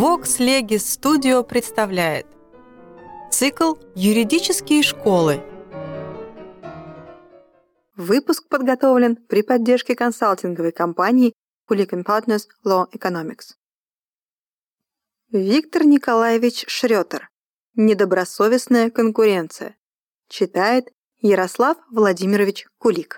Vox Legis Studio представляет цикл «Юридические школы». Выпуск подготовлен при поддержке консалтинговой компании Kulik & Partners Law Economics. Виктор Николаевич Шрётер. Недобросовестная конкуренция. Читает Ярослав Владимирович Кулик.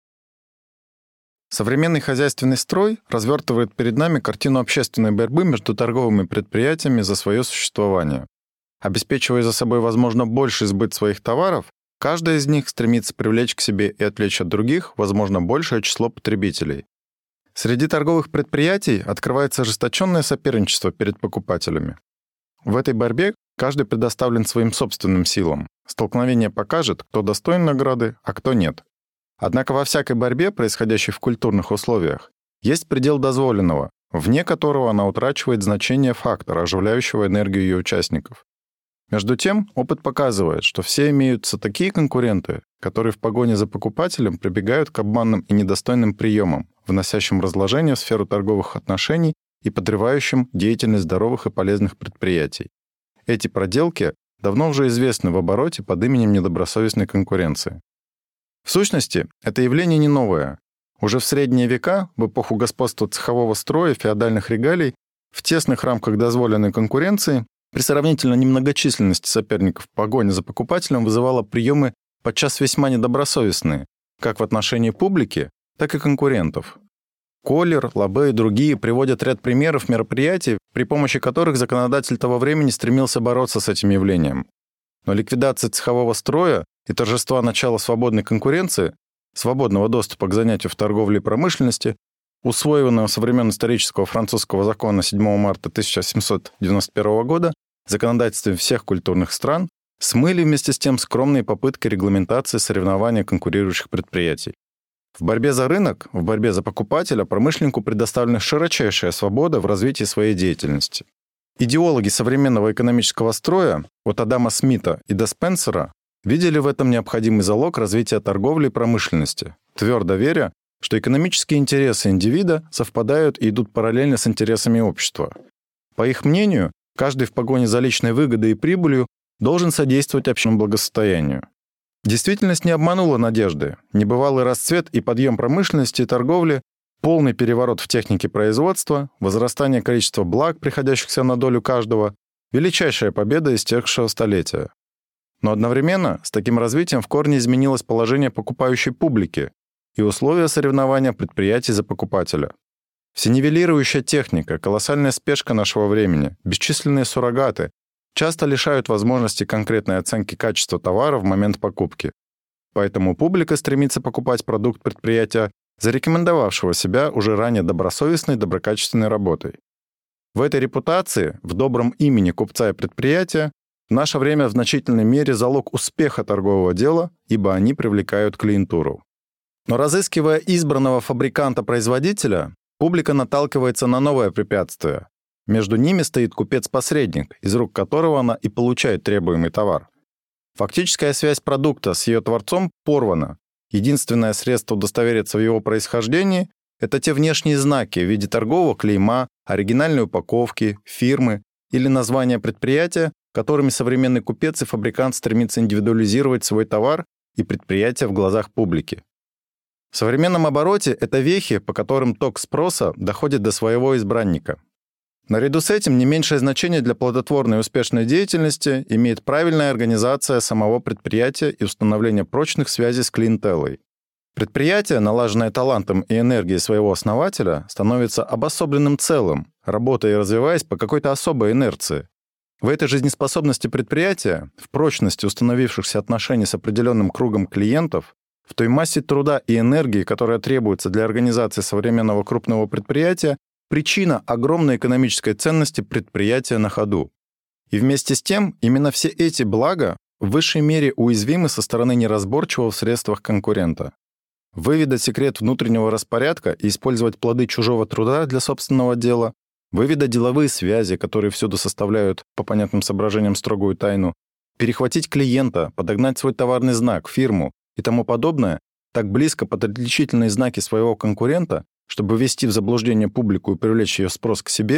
Современный хозяйственный строй развертывает перед нами картину общественной борьбы между торговыми предприятиями за свое существование. Обеспечивая за собой, возможно, больший сбыт своих товаров, каждая из них стремится привлечь к себе и отвлечь от других, возможно, большее число потребителей. Среди торговых предприятий открывается ожесточенное соперничество перед покупателями. В этой борьбе каждый предоставлен своим собственным силам. Столкновение покажет, кто достоин награды, а кто нет. Однако во всякой борьбе, происходящей в культурных условиях, есть предел дозволенного, вне которого она утрачивает значение фактора, оживляющего энергию ее участников. Между тем, опыт показывает, что все имеются такие конкуренты, которые в погоне за покупателем прибегают к обманным и недостойным приемам, вносящим разложение в сферу торговых отношений и подрывающим деятельность здоровых и полезных предприятий. Эти проделки давно уже известны в обороте под именем недобросовестной конкуренции. В сущности, это явление не новое. Уже в средние века, в эпоху господства цехового строя, феодальных регалий, в тесных рамках дозволенной конкуренции, при сравнительно немногочисленности соперников погоня за покупателем вызывала приемы подчас весьма недобросовестные, как в отношении публики, так и конкурентов. Коллер, Лабе и другие приводят ряд примеров мероприятий, при помощи которых законодатель того времени стремился бороться с этим явлением. Но ликвидация цехового строя и торжества начала свободной конкуренции, свободного доступа к занятию в торговле и промышленности, усвоенного со времен исторического французского закона 7 марта 1791 года, законодательством всех культурных стран, смыли вместе с тем скромные попытки регламентации соревнования конкурирующих предприятий. В борьбе за рынок, в борьбе за покупателя промышленнику предоставлена широчайшая свобода в развитии своей деятельности. Идеологи современного экономического строя, от Адама Смита и до Спенсера, видели в этом необходимый залог развития торговли и промышленности, твердо веря, что экономические интересы индивида совпадают и идут параллельно с интересами общества. По их мнению, каждый в погоне за личной выгодой и прибылью должен содействовать общему благосостоянию. Действительность не обманула надежды. Небывалый расцвет и подъем промышленности и торговли, полный переворот в технике производства, возрастание количества благ, приходящихся на долю каждого, величайшая победа истекшего столетия. Но одновременно с таким развитием в корне изменилось положение покупающей публики и условия соревнования предприятий за покупателя. Всенивелирующая техника, колоссальная спешка нашего времени, бесчисленные суррогаты часто лишают возможности конкретной оценки качества товара в момент покупки. Поэтому публика стремится покупать продукт предприятия, зарекомендовавшего себя уже ранее добросовестной, доброкачественной работой. В этой репутации, в добром имени купца и предприятия, в наше время в значительной мере залог успеха торгового дела, ибо они привлекают клиентуру. Но разыскивая избранного фабриканта-производителя, публика наталкивается на новое препятствие. Между ними стоит купец-посредник, из рук которого она и получает требуемый товар. Фактическая связь продукта с ее творцом порвана. Единственное средство удостовериться в его происхождении – это те внешние знаки в виде торгового клейма, оригинальной упаковки, фирмы или названия предприятия, которыми современный купец и фабрикант стремится индивидуализировать свой товар и предприятие в глазах публики. В современном обороте это вехи, по которым ток спроса доходит до своего избранника. Наряду с этим не меньшее значение для плодотворной и успешной деятельности имеет правильная организация самого предприятия и установление прочных связей с клиентелой. Предприятие, налаженное талантом и энергией своего основателя, становится обособленным целым, работая и развиваясь по какой-то особой инерции. В этой жизнеспособности предприятия, в прочности установившихся отношений с определенным кругом клиентов, в той массе труда и энергии, которая требуется для организации современного крупного предприятия, причина огромной экономической ценности предприятия на ходу. И вместе с тем, именно все эти блага в высшей мере уязвимы со стороны неразборчивого в средствах конкурента. Выведать секрет внутреннего распорядка и использовать плоды чужого труда для собственного дела, выведать деловые связи, которые всюду составляют по понятным соображениям строгую тайну, перехватить клиента, подогнать свой товарный знак, фирму и тому подобное, так близко под отличительные знаки своего конкурента, чтобы ввести в заблуждение публику и привлечь ее спрос к себе,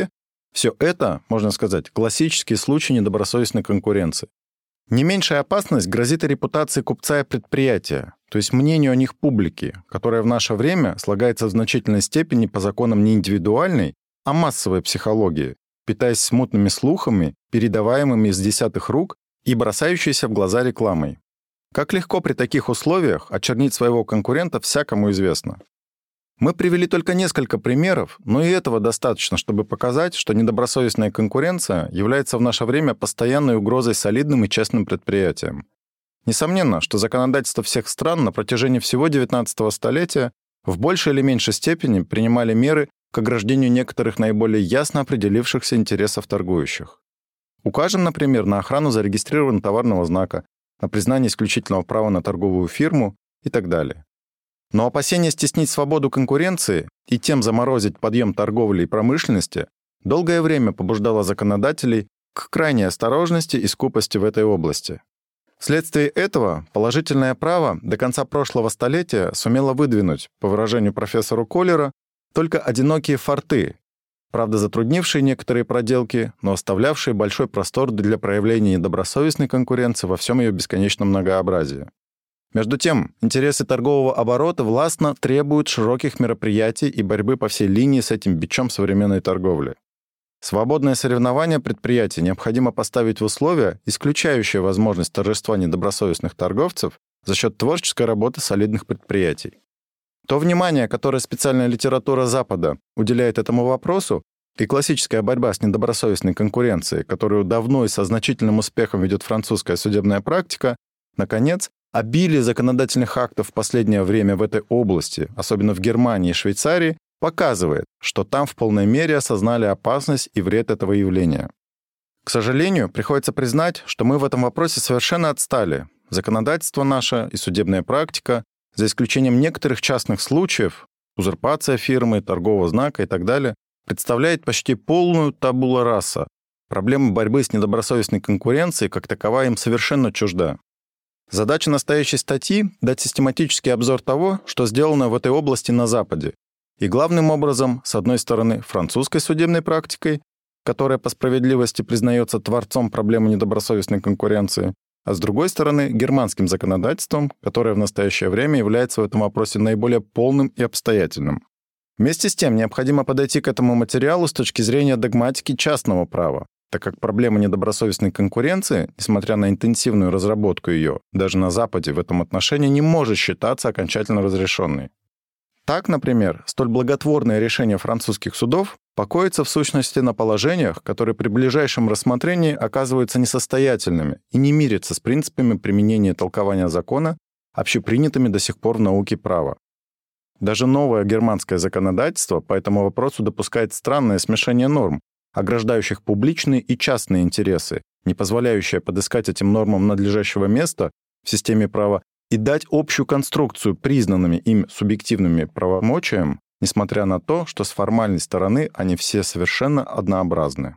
Все это, можно сказать, классический случай недобросовестной конкуренции. Не меньшая опасность грозит и репутации купца и предприятия, то есть мнению о них публики, которое в наше время слагается в значительной степени по законам не индивидуальной, а массовой психологии, питаясь смутными слухами, передаваемыми из десятых рук и бросающейся в глаза рекламой. Как легко при таких условиях очернить своего конкурента всякому известно. Мы привели только несколько примеров, но и этого достаточно, чтобы показать, что недобросовестная конкуренция является в наше время постоянной угрозой солидным и честным предприятиям. Несомненно, что законодательство всех стран на протяжении всего XIX столетия в большей или меньшей степени принимали меры к ограждению некоторых наиболее ясно определившихся интересов торгующих. Укажем, например, на охрану зарегистрированного товарного знака, на признание исключительного права на торговую фирму и так далее. Но опасение стеснить свободу конкуренции и тем заморозить подъем торговли и промышленности долгое время побуждало законодателей к крайней осторожности и скупости в этой области. Вследствие этого положительное право до конца прошлого столетия сумело выдвинуть, по выражению профессора Коллера, только одинокие форты, правда затруднившие некоторые проделки, но оставлявшие большой простор для проявления недобросовестной конкуренции во всем ее бесконечном многообразии. Между тем, интересы торгового оборота властно требуют широких мероприятий и борьбы по всей линии с этим бичом современной торговли. Свободное соревнование предприятий необходимо поставить в условия, исключающие возможность торжества недобросовестных торговцев за счет творческой работы солидных предприятий. То внимание, которое специальная литература Запада уделяет этому вопросу, и классическая борьба с недобросовестной конкуренцией, которую давно и со значительным успехом ведет французская судебная практика, наконец, обилие законодательных актов в последнее время в этой области, особенно в Германии и Швейцарии, показывает, что там в полной мере осознали опасность и вред этого явления. К сожалению, приходится признать, что мы в этом вопросе совершенно отстали. Законодательство наше и судебная практика, за исключением некоторых частных случаев, узурпация фирмы, торгового знака и так далее, представляет почти полную табула раса. Проблема борьбы с недобросовестной конкуренцией как таковая им совершенно чужда. Задача настоящей статьи — дать систематический обзор того, что сделано в этой области на Западе. И главным образом, с одной стороны, французской судебной практикой, которая по справедливости признается творцом проблемы недобросовестной конкуренции, а с другой стороны, германским законодательством, которое в настоящее время является в этом вопросе наиболее полным и обстоятельным. Вместе с тем, необходимо подойти к этому материалу с точки зрения догматики частного права, так как проблема недобросовестной конкуренции, несмотря на интенсивную разработку ее, даже на Западе в этом отношении не может считаться окончательно разрешенной. Так, например, столь благотворное решение французских судов покоится в сущности на положениях, которые при ближайшем рассмотрении оказываются несостоятельными и не мирятся с принципами применения толкования закона, общепринятыми до сих пор в науке права. Даже новое германское законодательство по этому вопросу допускает странное смешение норм, ограждающих публичные и частные интересы, не позволяющее подыскать этим нормам надлежащего места в системе права и дать общую конструкцию признанными им субъективными правомочиям, несмотря на то, что с формальной стороны они все совершенно однообразны.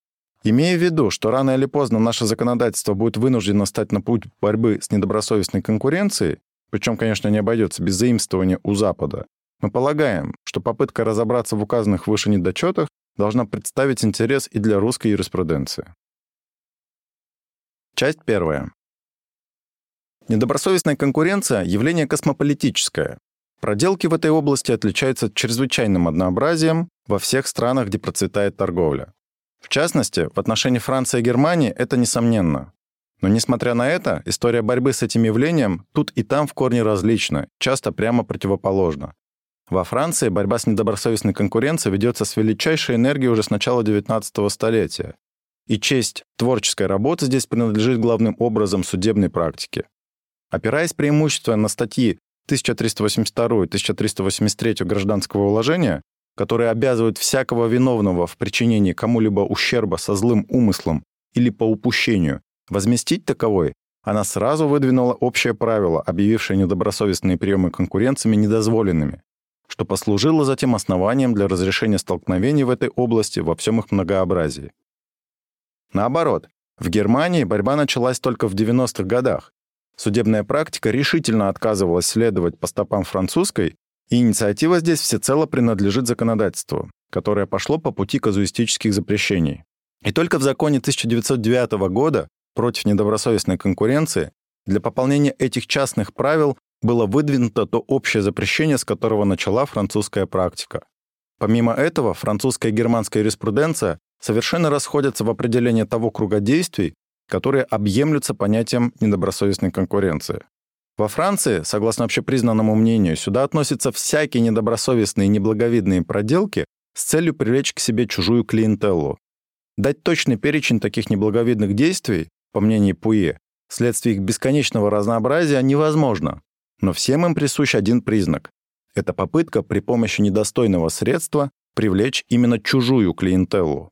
Имея в виду, что рано или поздно наше законодательство будет вынуждено стать на путь борьбы с недобросовестной конкуренцией, причем, конечно, не обойдется без заимствования у Запада, мы полагаем, что попытка разобраться в указанных выше недочетах должна представить интерес и для русской юриспруденции. Часть первая. Недобросовестная конкуренция – явление космополитическое. Проделки в этой области отличаются чрезвычайным однообразием во всех странах, где процветает торговля. В частности, в отношении Франции и Германии это несомненно. Но несмотря на это, история борьбы с этим явлением тут и там в корне различна, часто прямо противоположна. Во Франции борьба с недобросовестной конкуренцией ведется с величайшей энергией уже с начала XIX столетия. И честь творческой работы здесь принадлежит главным образом судебной практике. Опираясь преимущественно на статьи 1382 и 1383 Гражданского уложения, которые обязывают всякого виновного в причинении кому-либо ущерба со злым умыслом или по упущению возместить таковой, она сразу выдвинула общее правило, объявившее недобросовестные приемы конкуренциями недозволенными, что послужило затем основанием для разрешения столкновений в этой области во всем их многообразии. Наоборот, в Германии борьба началась только в 90-х годах. Судебная практика решительно отказывалась следовать по стопам французской, и инициатива здесь всецело принадлежит законодательству. которое пошло по пути казуистических запрещений. И только в законе 1909 года против недобросовестной конкуренции для пополнения этих частных правил было выдвинуто то общее запрещение, с которого начала французская практика. Помимо этого, французская и германская юриспруденция совершенно расходятся в определении того круга действий, которые объемлются понятием недобросовестной конкуренции. Во Франции, согласно общепризнанному мнению, сюда относятся всякие недобросовестные и неблаговидные проделки с целью привлечь к себе чужую клиентеллу. Дать точный перечень таких неблаговидных действий, по мнению Пуэ, вследствие их бесконечного разнообразия, невозможно. Но всем им присущ один признак. Это попытка при помощи недостойного средства привлечь именно чужую клиентеллу.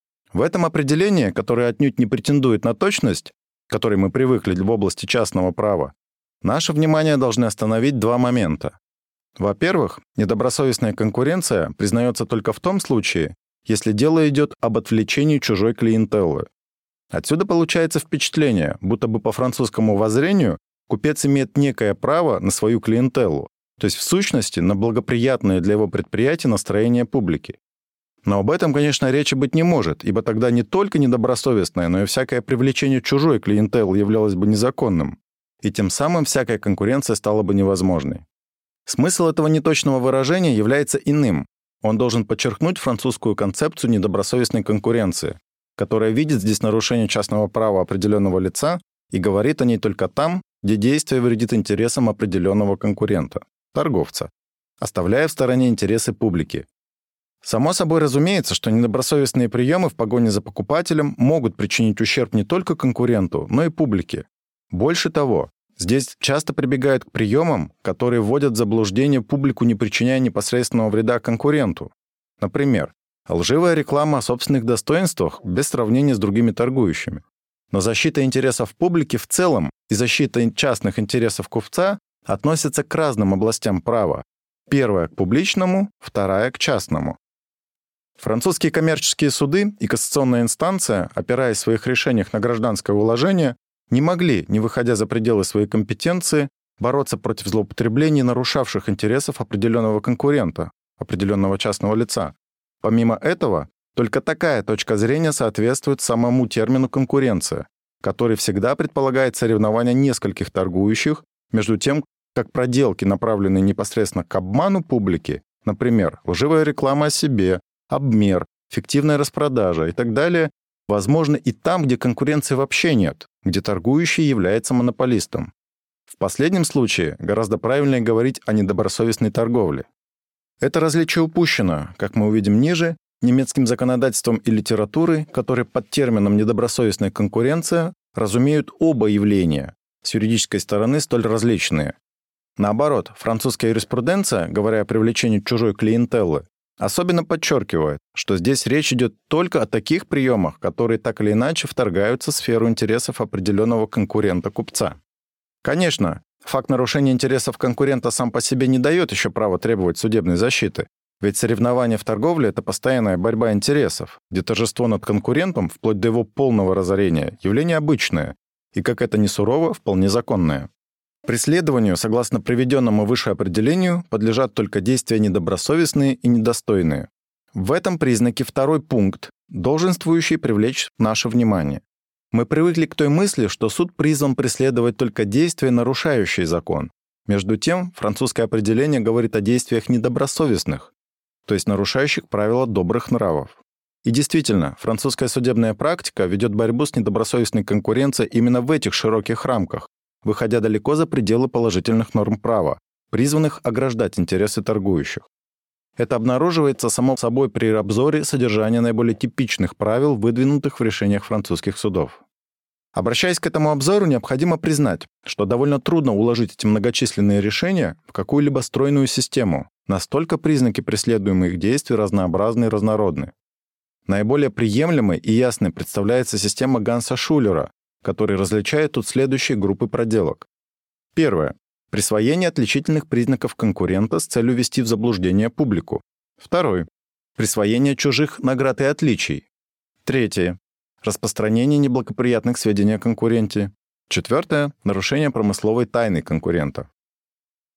В этом определении, которое отнюдь не претендует на точность, к которой мы привыкли в области частного права, наше внимание должны остановить два момента. Во-первых, недобросовестная конкуренция признается только в том случае, если дело идет об отвлечении чужой клиентеллы. Отсюда получается впечатление, будто бы по французскому воззрению купец имеет некое право на свою клиентеллу, то есть в сущности на благоприятное для его предприятия настроение публики. Но об этом, конечно, речи быть не может, ибо тогда не только недобросовестное, но и всякое привлечение чужой клиентеллы являлось бы незаконным, и тем самым всякая конкуренция стала бы невозможной. Смысл этого неточного выражения является иным. Он должен подчеркнуть французскую концепцию недобросовестной конкуренции, которая видит здесь нарушение частного права определенного лица и говорит о ней только там, где действие вредит интересам определенного конкурента, торговца, оставляя в стороне интересы публики. Само собой разумеется, что недобросовестные приемы в погоне за покупателем могут причинить ущерб не только конкуренту, но и публике. Больше того, здесь часто прибегают к приемам, которые вводят в заблуждение публику, не причиняя непосредственного вреда конкуренту. Например, лживая реклама о собственных достоинствах без сравнения с другими торгующими. Но защита интересов публики в целом и защита частных интересов купца относятся к разным областям права. Первая — к публичному, вторая — к частному. Французские коммерческие суды и кассационная инстанция, опираясь в своих решениях на гражданское уложение, не могли, не выходя за пределы своей компетенции, бороться против злоупотреблений, нарушавших интересов определенного конкурента, определенного частного лица. Помимо этого, только такая точка зрения соответствует самому термину «конкуренция», который всегда предполагает соревнование нескольких торгующих между тем, как проделки, направленные непосредственно к обману публики, например, лживая реклама о себе, обмер, фиктивная распродажа и так далее, возможно и там, где конкуренции вообще нет, где торгующий является монополистом. В последнем случае гораздо правильнее говорить о недобросовестной торговле. Это различие упущено, как мы увидим ниже, немецким законодательством и литературой, которые под термином «недобросовестная конкуренция» разумеют оба явления, с юридической стороны столь различные. Наоборот, французская юриспруденция, говоря о привлечении чужой клиентеллы, особенно подчеркивает, что здесь речь идет только о таких приемах, которые так или иначе вторгаются в сферу интересов определенного конкурента-купца. Конечно, факт нарушения интересов конкурента сам по себе не дает еще права требовать судебной защиты, ведь соревнование в торговле — это постоянная борьба интересов, где торжество над конкурентом, вплоть до его полного разорения, явление обычное, и, как это ни сурово, вполне законное. Преследованию, согласно приведенному выше определению, подлежат только действия недобросовестные и недостойные. В этом признаке второй пункт, долженствующий привлечь наше внимание. Мы привыкли к той мысли, что суд призван преследовать только действия, нарушающие закон. Между тем, французское определение говорит о действиях недобросовестных, то есть нарушающих правила добрых нравов. И действительно, французская судебная практика ведет борьбу с недобросовестной конкуренцией именно в этих широких рамках, выходя далеко за пределы положительных норм права, призванных ограждать интересы торгующих. Это обнаруживается само собой при обзоре содержания наиболее типичных правил, выдвинутых в решениях французских судов. Обращаясь к этому обзору, необходимо признать, что довольно трудно уложить эти многочисленные решения в какую-либо стройную систему, настолько признаки преследуемых действий разнообразны и разнородны. Наиболее приемлемой и ясной представляется система Ганса Шулера, который различает тут следующие группы проделок. Первое. Присвоение отличительных признаков конкурента с целью ввести в заблуждение публику. Второе. Присвоение чужих наград и отличий. Третье. Распространение неблагоприятных сведений о конкуренте. Четвертое. Нарушение промысловой тайны конкурента.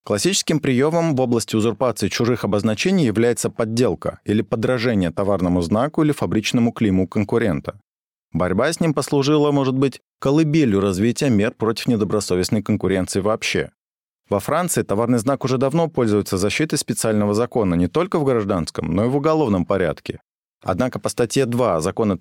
Классическим приемом в области узурпации чужих обозначений является подделка или подражение товарному знаку или фабричному клейму конкурента. Борьба с ним послужила, может быть, колыбелью развития мер против недобросовестной конкуренции вообще. Во Франции товарный знак уже давно пользуется защитой специального закона не только в гражданском, но и в уголовном порядке. Однако по статье 2 закона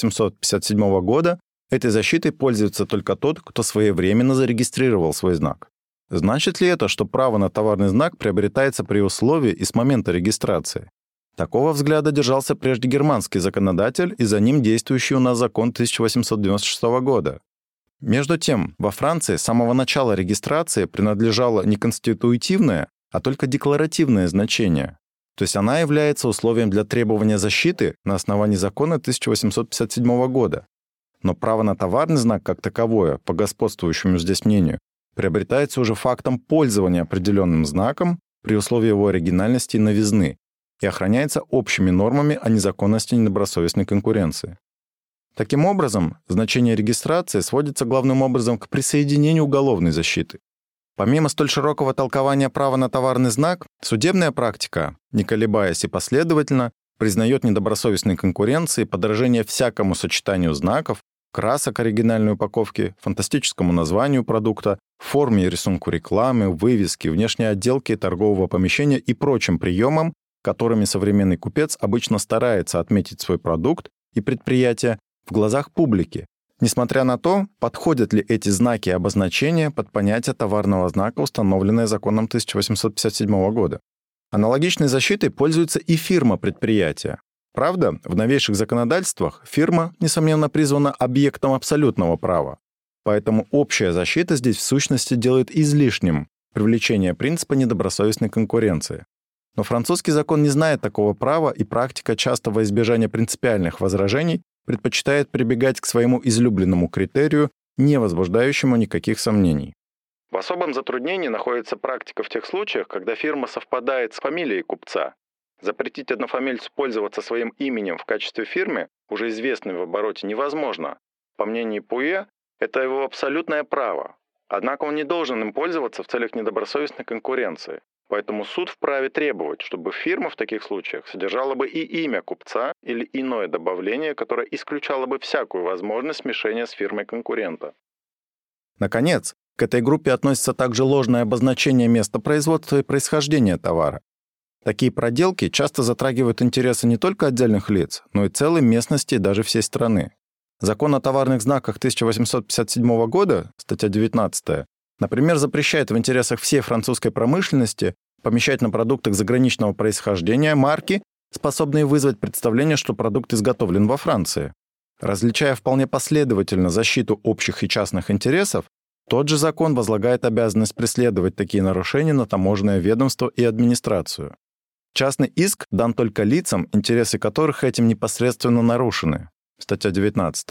1857 года этой защитой пользуется только тот, кто своевременно зарегистрировал свой знак. Значит ли это, что право на товарный знак приобретается при условии и с момента регистрации? Такого взгляда держался прежде германский законодатель и за ним действующий у нас закон 1896 года. Между тем, во Франции с самого начала регистрации принадлежало не конституитивное, а только декларативное значение. То есть она является условием для требования защиты на основании закона 1857 года. Но право на товарный знак как таковое, по господствующему здесь мнению, приобретается уже фактом пользования определенным знаком при условии его оригинальности и новизны и охраняется общими нормами о незаконности недобросовестной конкуренции. Таким образом, значение регистрации сводится главным образом к присоединению уголовной защиты. Помимо столь широкого толкования права на товарный знак, судебная практика, не колебаясь и последовательно, признает недобросовестной конкуренцией подражание всякому сочетанию знаков, красок оригинальной упаковки, фантастическому названию продукта, форме и рисунку рекламы, вывески, внешней отделки торгового помещения и прочим приемам, которыми современный купец обычно старается отметить свой продукт и предприятие в глазах публики, несмотря на то, подходят ли эти знаки и обозначения под понятие товарного знака, установленное законом 1857 года. Аналогичной защитой пользуется и фирма предприятия. Правда, в новейших законодательствах фирма, несомненно, призвана объектом абсолютного права. Поэтому общая защита здесь в сущности делает излишним привлечение принципа недобросовестной конкуренции. Но французский закон не знает такого права, и практика часто во избежание принципиальных возражений предпочитает прибегать к своему излюбленному критерию, не возбуждающему никаких сомнений. В особом затруднении находится практика в тех случаях, когда фирма совпадает с фамилией купца. Запретить однофамильцу пользоваться своим именем в качестве фирмы, уже известной в обороте, невозможно. По мнению Пуэ, это его абсолютное право. Однако он не должен им пользоваться в целях недобросовестной конкуренции. Поэтому суд вправе требовать, чтобы фирма в таких случаях содержала бы и имя купца или иное добавление, которое исключало бы всякую возможность смешения с фирмой конкурента. Наконец, к этой группе относится также ложное обозначение места производства и происхождения товара. Такие проделки часто затрагивают интересы не только отдельных лиц, но и целой местности и даже всей страны. Закон о товарных знаках 1857 года, статья 19, например, запрещает в интересах всей французской промышленности помещать на продуктах заграничного происхождения марки, способные вызвать представление, что продукт изготовлен во Франции. Различая вполне последовательно защиту общих и частных интересов, тот же закон возлагает обязанность преследовать такие нарушения на таможенное ведомство и администрацию. Частный иск дан только лицам, интересы которых этим непосредственно нарушены. Статья 19.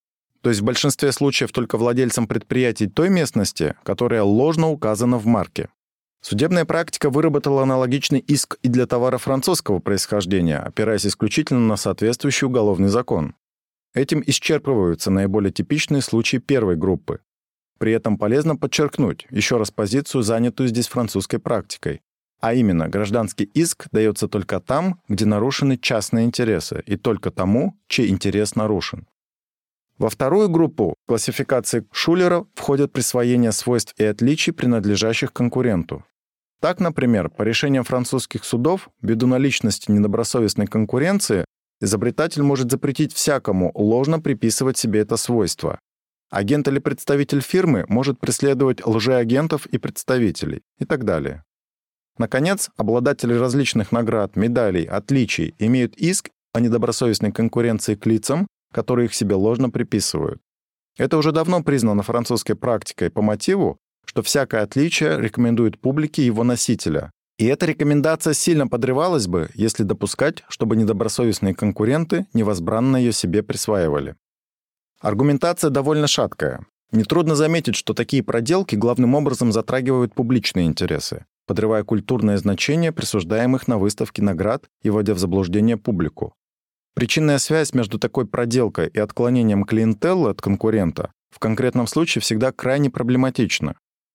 То есть в большинстве случаев только владельцам предприятий той местности, которая ложно указана в марке. Судебная практика выработала аналогичный иск и для товара французского происхождения, опираясь исключительно на соответствующий уголовный закон. Этим исчерпываются наиболее типичные случаи первой группы. При этом полезно подчеркнуть еще раз позицию, занятую здесь французской практикой. А именно, гражданский иск дается только там, где нарушены частные интересы, и только тому, чей интерес нарушен. Во вторую группу классификации Шулера входит присвоение свойств и отличий, принадлежащих конкуренту. Так, например, по решениям французских судов, ввиду наличности недобросовестной конкуренции, изобретатель может запретить всякому ложно приписывать себе это свойство. Агент или представитель фирмы может преследовать лжеагентов и представителей и так далее. Наконец, обладатели различных наград, медалей, отличий имеют иск о недобросовестной конкуренции к лицам, которые их себе ложно приписывают. Это уже давно признано французской практикой по мотиву, что всякое отличие рекомендует публике его носителя. И эта рекомендация сильно подрывалась бы, если допускать, чтобы недобросовестные конкуренты невозбранно ее себе присваивали. Аргументация довольно шаткая. Нетрудно заметить, что такие проделки главным образом затрагивают публичные интересы, подрывая культурное значение присуждаемых на выставке наград и вводя в заблуждение публику. Причинная связь между такой проделкой и отклонением клиентеллы от конкурента в конкретном случае всегда крайне проблематична.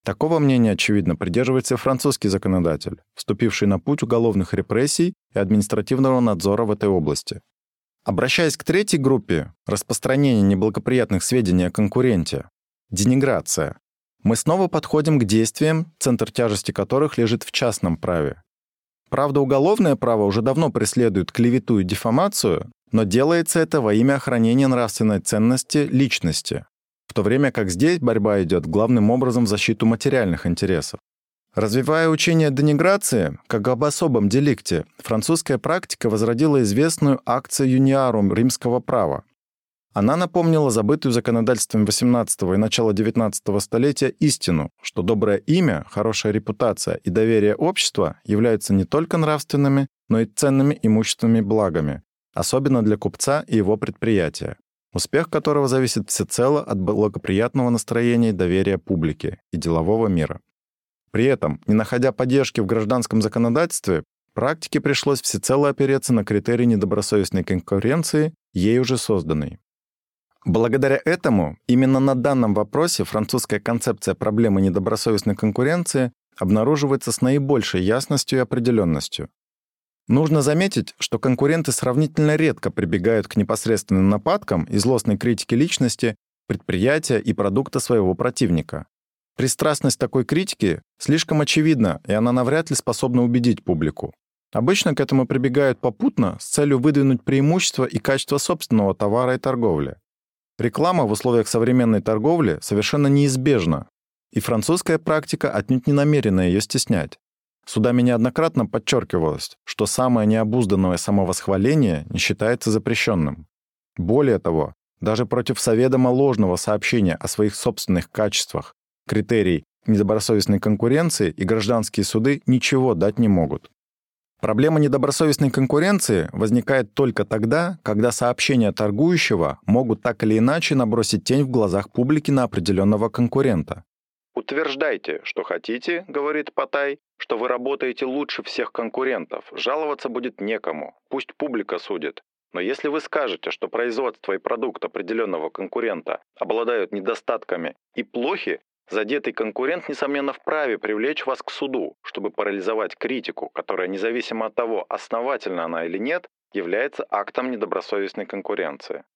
Такого мнения, очевидно, придерживается и французский законодатель, вступивший на путь уголовных репрессий и административного надзора в этой области. Обращаясь к третьей группе, распространение неблагоприятных сведений о конкуренте, дениграция, мы снова подходим к действиям, центр тяжести которых лежит в частном праве. Правда, уголовное право уже давно преследует клевету и дифамацию, но делается это во имя охранения нравственной ценности личности, в то время как здесь борьба идет главным образом в защиту материальных интересов. Развивая учение о дениграции как об особом деликте, французская практика возродила известную акцию юниарум римского права. Она напомнила забытую законодательством XVIII и начала XIX столетия истину, что доброе имя, хорошая репутация и доверие общества являются не только нравственными, но и ценными имущественными благами, особенно для купца и его предприятия, успех которого зависит всецело от благоприятного настроения и доверия публики и делового мира. При этом, не находя поддержки в гражданском законодательстве, практике пришлось всецело опереться на критерий недобросовестной конкуренции, ей уже созданной. Благодаря этому именно на данном вопросе французская концепция проблемы недобросовестной конкуренции обнаруживается с наибольшей ясностью и определенностью. Нужно заметить, что конкуренты сравнительно редко прибегают к непосредственным нападкам и злостной критике личности, предприятия и продукта своего противника. Пристрастность такой критики слишком очевидна, и она навряд ли способна убедить публику. Обычно к этому прибегают попутно с целью выдвинуть преимущества и качество собственного товара и торговли. Реклама в условиях современной торговли совершенно неизбежна, и французская практика отнюдь не намерена ее стеснять. Судами неоднократно подчеркивалось, что самое необузданное самовосхваление не считается запрещенным. Более того, даже против заведомо ложного сообщения о своих собственных качествах критерий недобросовестной конкуренции и гражданские суды ничего дать не могут. Проблема недобросовестной конкуренции возникает только тогда, когда сообщения торгующего могут так или иначе набросить тень в глазах публики на определенного конкурента. «Утверждайте, что хотите, — говорит Патай, — что вы работаете лучше всех конкурентов, жаловаться будет некому, пусть публика судит. Но если вы скажете, что производство и продукт определенного конкурента обладают недостатками и плохи, задетый конкурент, несомненно, вправе привлечь вас к суду, чтобы парализовать критику, которая, независимо от того, основательна она или нет, является актом недобросовестной конкуренции».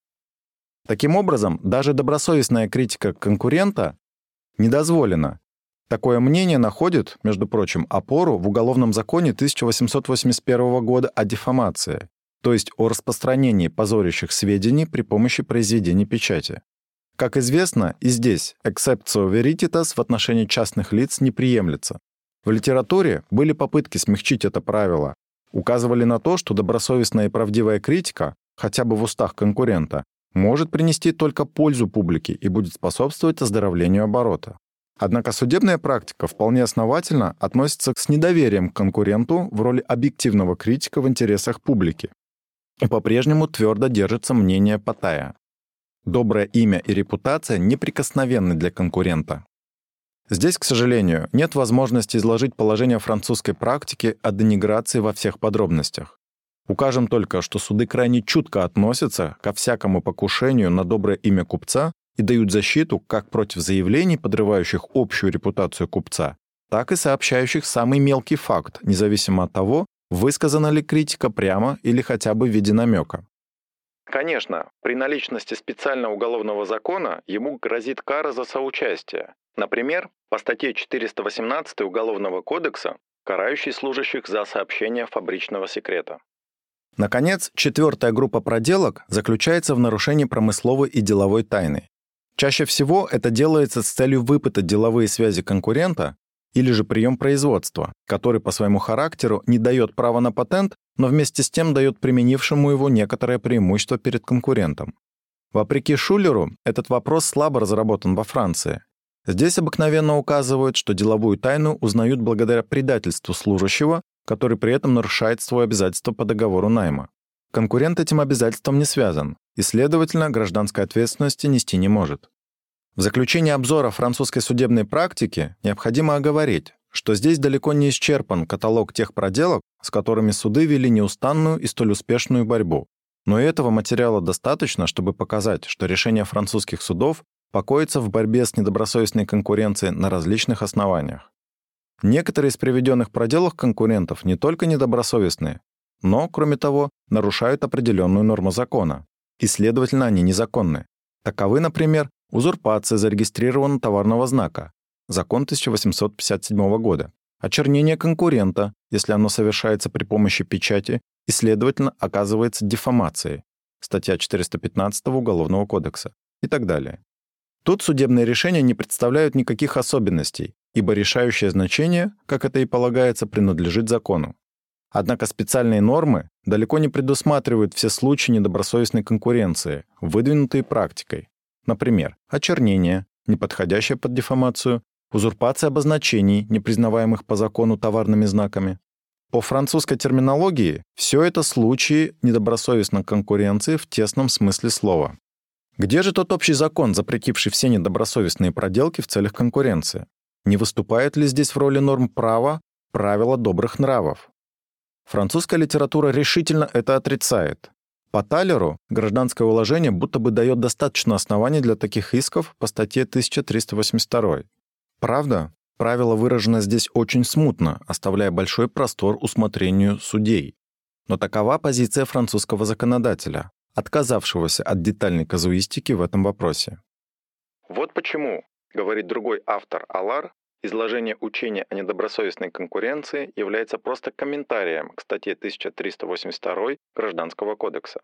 Таким образом, даже добросовестная критика конкурента недозволена. Такое мнение находит, между прочим, опору в Уголовном законе 1881 года о дифамации, то есть о распространении позорящих сведений при помощи произведений печати. Как известно, и здесь exceptio veritas в отношении частных лиц не приемлется. В литературе были попытки смягчить это правило, указывали на то, что добросовестная и правдивая критика, хотя бы в устах конкурента, может принести только пользу публике и будет способствовать оздоровлению оборота. Однако судебная практика вполне основательно относится с недоверием к конкуренту в роли объективного критика в интересах публики. И по-прежнему твердо держится мнение Патая. Доброе имя и репутация неприкосновенны для конкурента. Здесь, к сожалению, нет возможности изложить положение французской практики о дениграции во всех подробностях. Укажем только, что суды крайне чутко относятся ко всякому покушению на доброе имя купца и дают защиту как против заявлений, подрывающих общую репутацию купца, так и сообщающих самый мелкий факт, независимо от того, высказана ли критика прямо или хотя бы в виде намека. Конечно, при наличности специального уголовного закона ему грозит кара за соучастие. Например, по статье 418 Уголовного кодекса, карающей служащих за сообщение фабричного секрета. Наконец, четвертая группа проделок заключается в нарушении промысловой и деловой тайны. Чаще всего это делается с целью выпытать деловые связи конкурента или же прием производства, который по своему характеру не дает права на патент, но вместе с тем дает применившему его некоторое преимущество перед конкурентом. Вопреки Шулеру, этот вопрос слабо разработан во Франции. Здесь обыкновенно указывают, что деловую тайну узнают благодаря предательству служащего, который при этом нарушает свое обязательство по договору найма. Конкурент этим обязательством не связан и, следовательно, гражданской ответственности нести не может. В заключении обзора французской судебной практики необходимо оговорить, что здесь далеко не исчерпан каталог тех проделок, с которыми суды вели неустанную и столь успешную борьбу. Но и этого материала достаточно, чтобы показать, что решения французских судов покоится в борьбе с недобросовестной конкуренцией на различных основаниях. Некоторые из приведенных проделок конкурентов не только недобросовестные, но, кроме того, нарушают определенную норму закона, и, следовательно, они незаконны. Таковы, например, узурпация зарегистрированного товарного знака, закон 1857 года, очернение конкурента, если оно совершается при помощи печати и, следовательно, оказывается дефамацией, статья 415 Уголовного кодекса и так далее. Тут судебные решения не представляют никаких особенностей, ибо решающее значение, как это и полагается, принадлежит закону. Однако специальные нормы далеко не предусматривают все случаи недобросовестной конкуренции, выдвинутые практикой. Например, очернение, не подходящее под дефамацию, узурпация обозначений, не признаваемых по закону товарными знаками. По французской терминологии все это случаи недобросовестной конкуренции в тесном смысле слова. Где же тот общий закон, запретивший все недобросовестные проделки в целях конкуренции? Не выступает ли здесь в роли норм права правила добрых нравов? Французская литература решительно это отрицает. По Талеру гражданское уложение будто бы дает достаточно оснований для таких исков по статье 1382. Правда, правило выражено здесь очень смутно, оставляя большой простор усмотрению судей. Но такова позиция французского законодателя, отказавшегося от детальной казуистики в этом вопросе. Вот почему, говорит другой автор Алар, изложение учения о недобросовестной конкуренции является просто комментарием к статье 1382 Гражданского кодекса.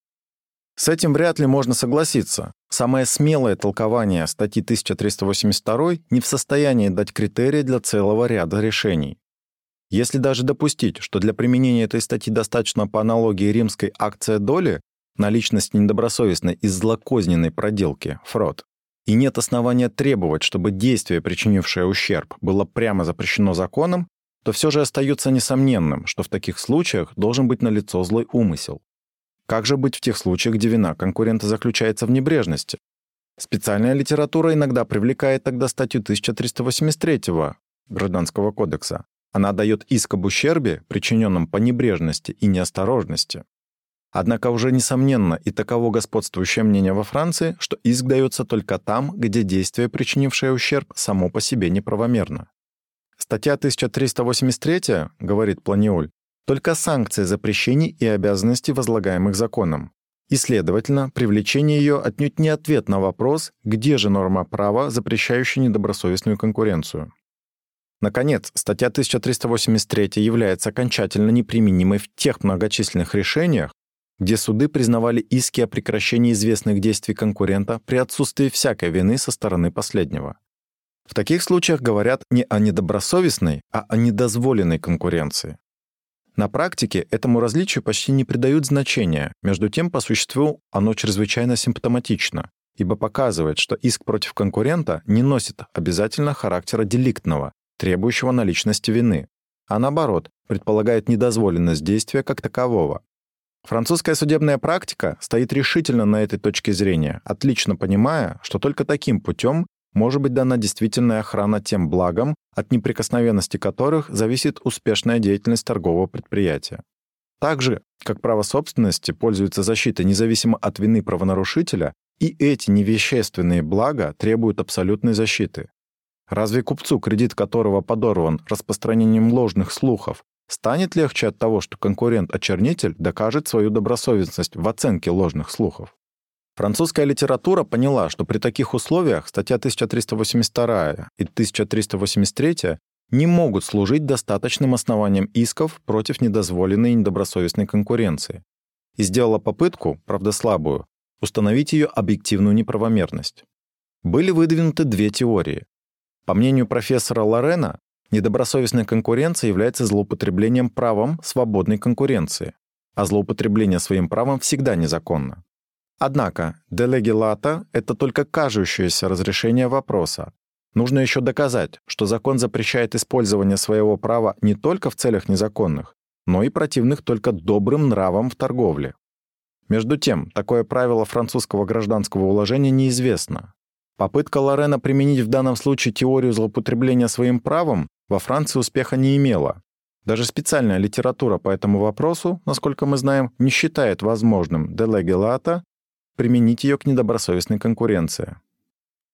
С этим вряд ли можно согласиться. Самое смелое толкование статьи 1382 не в состоянии дать критерии для целого ряда решений. Если даже допустить, что для применения этой статьи достаточно по аналогии римской акция доли, наличность недобросовестной и злокозненной проделки, фрод, и нет основания требовать, чтобы действие, причинившее ущерб, было прямо запрещено законом, то все же остается несомненным, что в таких случаях должен быть налицо злой умысел. Как же быть в тех случаях, где вина конкурента заключается в небрежности? Специальная литература иногда привлекает тогда статью 1383 Гражданского кодекса. Она дает иск об ущербе, причиненном по небрежности и неосторожности. Однако уже несомненно и таково господствующее мнение во Франции, что иск дается только там, где действие, причинившее ущерб, само по себе неправомерно. Статья 1383, говорит Планиоль, только санкция запрещений и обязанностей, возлагаемых законом. И, следовательно, привлечение ее отнюдь не ответ на вопрос, где же норма права, запрещающая недобросовестную конкуренцию. Наконец, статья 1383 является окончательно неприменимой в тех многочисленных решениях, где суды признавали иски о прекращении известных действий конкурента при отсутствии всякой вины со стороны последнего. В таких случаях говорят не о недобросовестной, а о недозволенной конкуренции. На практике этому различию почти не придают значения, между тем, по существу, оно чрезвычайно симптоматично, ибо показывает, что иск против конкурента не носит обязательно характера деликтного, требующего наличности вины, а наоборот, предполагает недозволенность действия как такового. Французская судебная практика стоит решительно на этой точке зрения, отлично понимая, что только таким путем может быть дана действительная охрана тем благам, от неприкосновенности которых зависит успешная деятельность торгового предприятия. Так же, как право собственности пользуется защитой независимо от вины правонарушителя, и эти невещественные блага требуют абсолютной защиты. Разве купцу, кредит которого подорван распространением ложных слухов, станет легче от того, что конкурент-очернитель докажет свою добросовестность в оценке ложных слухов? Французская литература поняла, что при таких условиях статья 1382 и 1383 не могут служить достаточным основанием исков против недозволенной и недобросовестной конкуренции, и сделала попытку, правда слабую, установить ее объективную неправомерность. Были выдвинуты две теории. По мнению профессора Лорена, недобросовестная конкуренция является злоупотреблением правом свободной конкуренции, а злоупотребление своим правом всегда незаконно. Однако, de lege lata — это только кажущееся разрешение вопроса. Нужно еще доказать, что закон запрещает использование своего права не только в целях незаконных, но и противных только добрым нравам в торговле. Между тем, такое правило французского гражданского уложения неизвестно. Попытка Лорена применить в данном случае теорию злоупотребления своим правом во Франции успеха не имела. Даже специальная литература по этому вопросу, насколько мы знаем, не считает возможным de lege lata применить ее к недобросовестной конкуренции.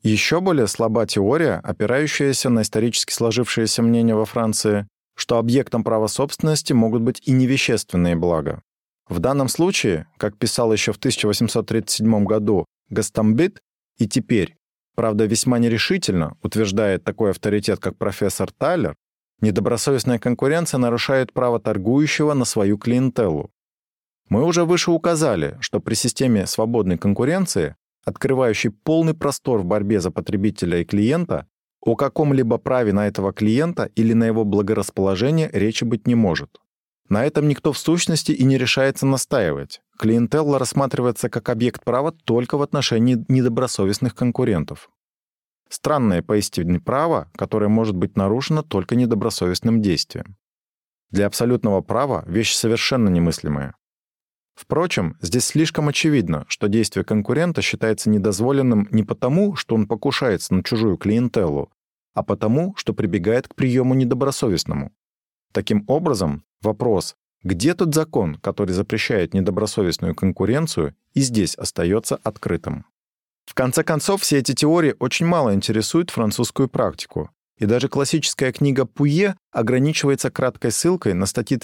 Еще более слаба теория, опирающаяся на исторически сложившееся мнение во Франции, что объектом права собственности могут быть и невещественные блага. В данном случае, как писал еще в 1837 году Гастамбит, и теперь, правда весьма нерешительно, утверждает такой авторитет, как профессор Тайлер, недобросовестная конкуренция нарушает право торгующего на свою клиентелу. Мы уже выше указали, что при системе свободной конкуренции, открывающей полный простор в борьбе за потребителя и клиента, о каком-либо праве на этого клиента или на его благорасположение речи быть не может. На этом никто в сущности и не решается настаивать. Клиентелла рассматривается как объект права только в отношении недобросовестных конкурентов. Странное поистине право, которое может быть нарушено только недобросовестным действием. Для абсолютного права вещь совершенно немыслимая. Впрочем, здесь слишком очевидно, что действие конкурента считается недозволенным не потому, что он покушается на чужую клиентеллу, а потому, что прибегает к приему недобросовестному. Таким образом, вопрос, где тот закон, который запрещает недобросовестную конкуренцию, и здесь остается открытым. В конце концов, все эти теории очень мало интересуют французскую практику, и даже классическая книга Пуе ограничивается краткой ссылкой на статьи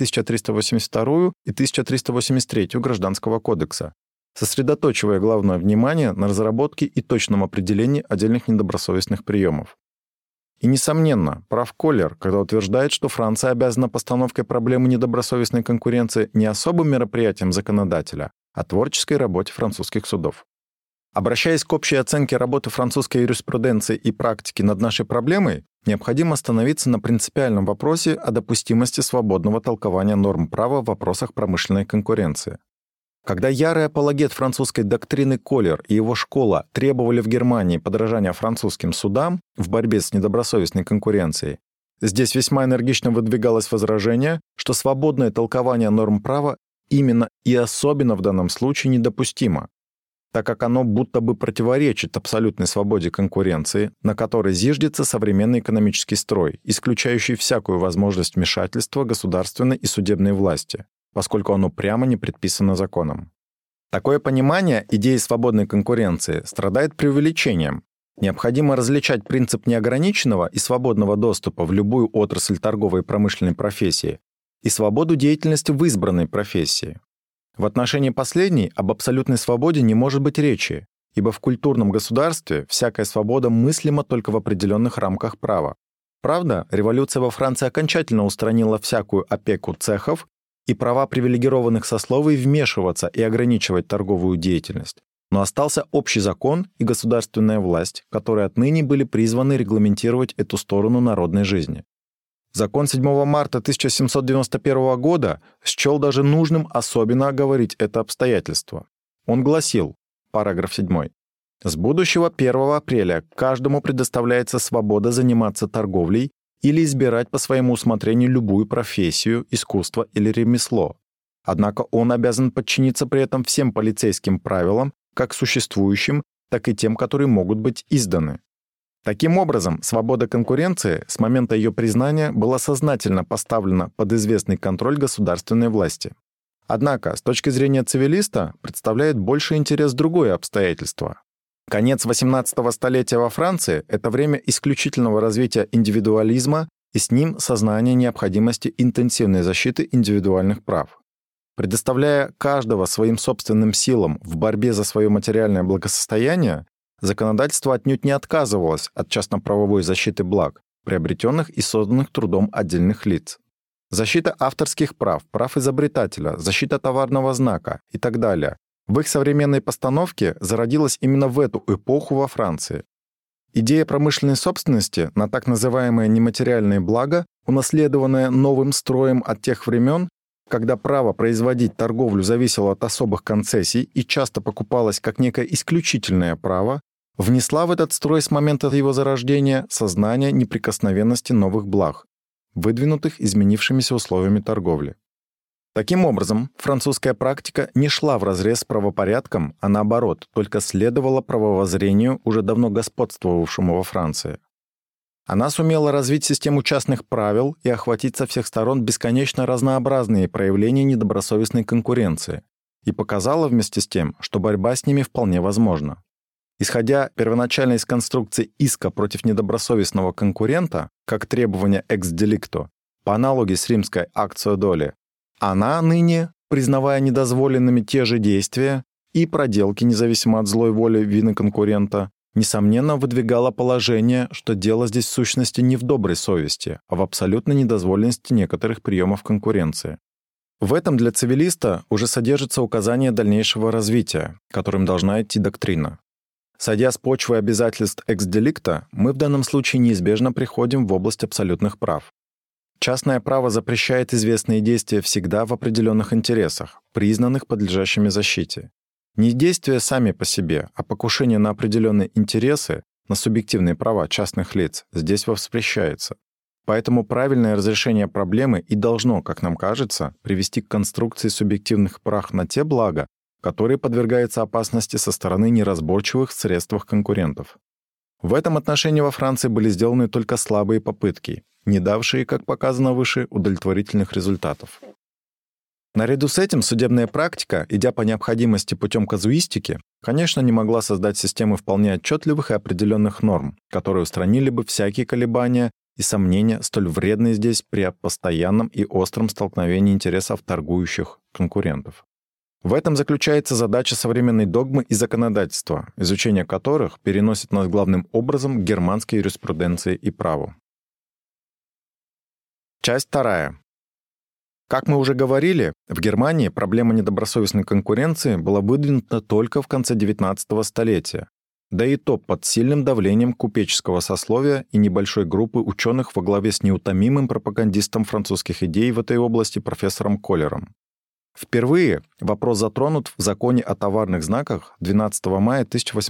1382 и 1383 Гражданского кодекса, сосредоточивая главное внимание на разработке и точном определении отдельных недобросовестных приемов. И, несомненно, прав Коллер, когда утверждает, что Франция обязана постановкой проблемы недобросовестной конкуренции не особым мероприятием законодателя, а творческой работе французских судов. Обращаясь к общей оценке работы французской юриспруденции и практики над нашей проблемой, необходимо остановиться на принципиальном вопросе о допустимости свободного толкования норм права в вопросах промышленной конкуренции. Когда ярый апологет французской доктрины Коллер и его школа требовали в Германии подражания французским судам в борьбе с недобросовестной конкуренцией, здесь весьма энергично выдвигалось возражение, что свободное толкование норм права именно и особенно в данном случае недопустимо, так как оно будто бы противоречит абсолютной свободе конкуренции, на которой зиждется современный экономический строй, исключающий всякую возможность вмешательства государственной и судебной власти, поскольку оно прямо не предписано законом. Такое понимание идеи свободной конкуренции страдает преувеличением. Необходимо различать принцип неограниченного и свободного доступа в любую отрасль торговой и промышленной профессии и свободу деятельности в избранной профессии. В отношении последней об абсолютной свободе не может быть речи, ибо в культурном государстве всякая свобода мыслима только в определенных рамках права. Правда, революция во Франции окончательно устранила всякую опеку цехов и права привилегированных сословий вмешиваться и ограничивать торговую деятельность, но остался общий закон и государственная власть, которые отныне были призваны регламентировать эту сторону народной жизни. Закон 7 марта 1791 года счел даже нужным особенно оговорить это обстоятельство. Он гласил, параграф 7, «С будущего 1 апреля каждому предоставляется свобода заниматься торговлей или избирать по своему усмотрению любую профессию, искусство или ремесло. Однако он обязан подчиниться при этом всем полицейским правилам, как существующим, так и тем, которые могут быть изданы». Таким образом, свобода конкуренции с момента ее признания была сознательно поставлена под известный контроль государственной власти. Однако, с точки зрения цивилиста, представляет больший интерес другое обстоятельство. Конец XVIII столетия во Франции — это время исключительного развития индивидуализма и с ним сознания необходимости интенсивной защиты индивидуальных прав. Предоставляя каждого своим собственным силам в борьбе за свое материальное благосостояние, законодательство отнюдь не отказывалось от частно-правовой защиты благ, приобретенных и созданных трудом отдельных лиц. Защита авторских прав, прав изобретателя, защита товарного знака и так далее в их современной постановке зародилась именно в эту эпоху во Франции. Идея промышленной собственности на так называемые нематериальные блага, унаследованная новым строем от тех времен, когда право производить торговлю зависело от особых концессий и часто покупалось как некое исключительное право, внесла в этот строй с момента его зарождения сознание неприкосновенности новых благ, выдвинутых изменившимися условиями торговли. Таким образом, французская практика не шла вразрез с правопорядком, а наоборот, только следовала правовоззрению, уже давно господствовавшему во Франции. Она сумела развить систему частных правил и охватить со всех сторон бесконечно разнообразные проявления недобросовестной конкуренции и показала вместе с тем, что борьба с ними вполне возможна. Исходя первоначально из конструкции иска против недобросовестного конкурента, как требование ex delicto, по аналогии с римской actio doli, она ныне, признавая недозволенными те же действия и проделки, независимо от злой воли вины конкурента, несомненно выдвигала положение, что дело здесь в сущности не в доброй совести, а в абсолютной недозволенности некоторых приемов конкуренции. В этом для цивилиста уже содержится указание дальнейшего развития, которым должна идти доктрина. Сойдя с почвы обязательств ex delicto, мы в данном случае неизбежно приходим в область абсолютных прав. Частное право запрещает известные действия всегда в определенных интересах, признанных подлежащими защите. Не действия сами по себе, а покушение на определенные интересы, на субъективные права частных лиц здесь воспрещается. Поэтому правильное разрешение проблемы и должно, как нам кажется, привести к конструкции субъективных прав на те блага, которые подвергаются опасности со стороны неразборчивых в средствах конкурентов. В этом отношении во Франции были сделаны только слабые попытки, не давшие, как показано выше, удовлетворительных результатов. Наряду с этим судебная практика, идя по необходимости путем казуистики, конечно, не могла создать системы вполне отчетливых и определенных норм, которые устранили бы всякие колебания и сомнения, столь вредные здесь при постоянном и остром столкновении интересов торгующих конкурентов. В этом заключается задача современной догмы и законодательства, изучение которых переносит нас главным образом к германской юриспруденции и праву. Часть 2. Как мы уже говорили, в Германии проблема недобросовестной конкуренции была выдвинута только в конце XIX столетия, да и то под сильным давлением купеческого сословия и небольшой группы ученых во главе с неутомимым пропагандистом французских идей в этой области профессором Коллером. Впервые вопрос затронут в законе о товарных знаках 12 мая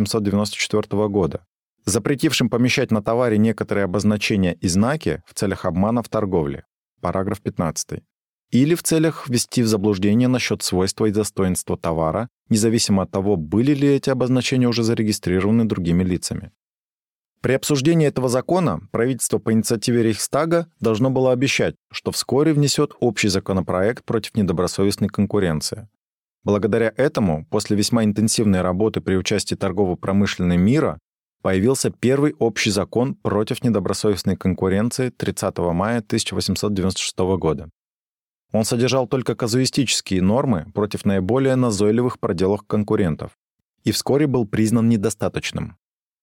1894 года, запретившим помещать на товаре некоторые обозначения и знаки в целях обмана в торговле, параграф 15, или в целях ввести в заблуждение насчет свойства и достоинства товара, независимо от того, были ли эти обозначения уже зарегистрированы другими лицами. При обсуждении этого закона правительство по инициативе Рейхстага должно было обещать, что вскоре внесет общий законопроект против недобросовестной конкуренции. Благодаря этому, после весьма интенсивной работы при участии торгово-промышленного мира, появился первый общий закон против недобросовестной конкуренции 30 мая 1896 года. Он содержал только казуистические нормы против наиболее назойливых проделок конкурентов и вскоре был признан недостаточным.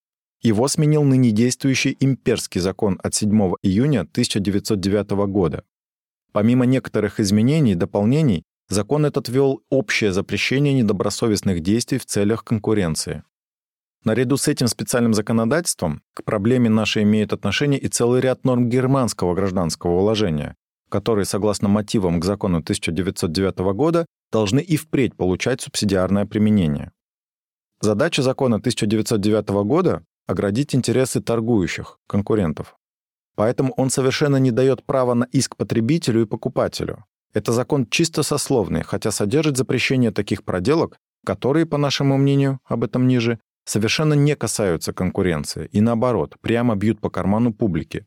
Его сменил ныне действующий имперский закон от 7 июня 1909 года. Помимо некоторых изменений и дополнений, закон этот ввел общее запрещение недобросовестных действий в целях конкуренции. Наряду с этим специальным законодательством к проблеме нашей имеет отношение и целый ряд норм германского гражданского уложения, которые, согласно мотивам к закону 1909 года, должны и впредь получать субсидиарное применение. Задача закона 1909 года — оградить интересы торгующих, конкурентов. Поэтому он совершенно не дает права на иск потребителю и покупателю. Это закон чисто сословный, хотя содержит запрещение таких проделок, которые, по нашему мнению, об этом ниже, совершенно не касаются конкуренции и, наоборот, прямо бьют по карману публики.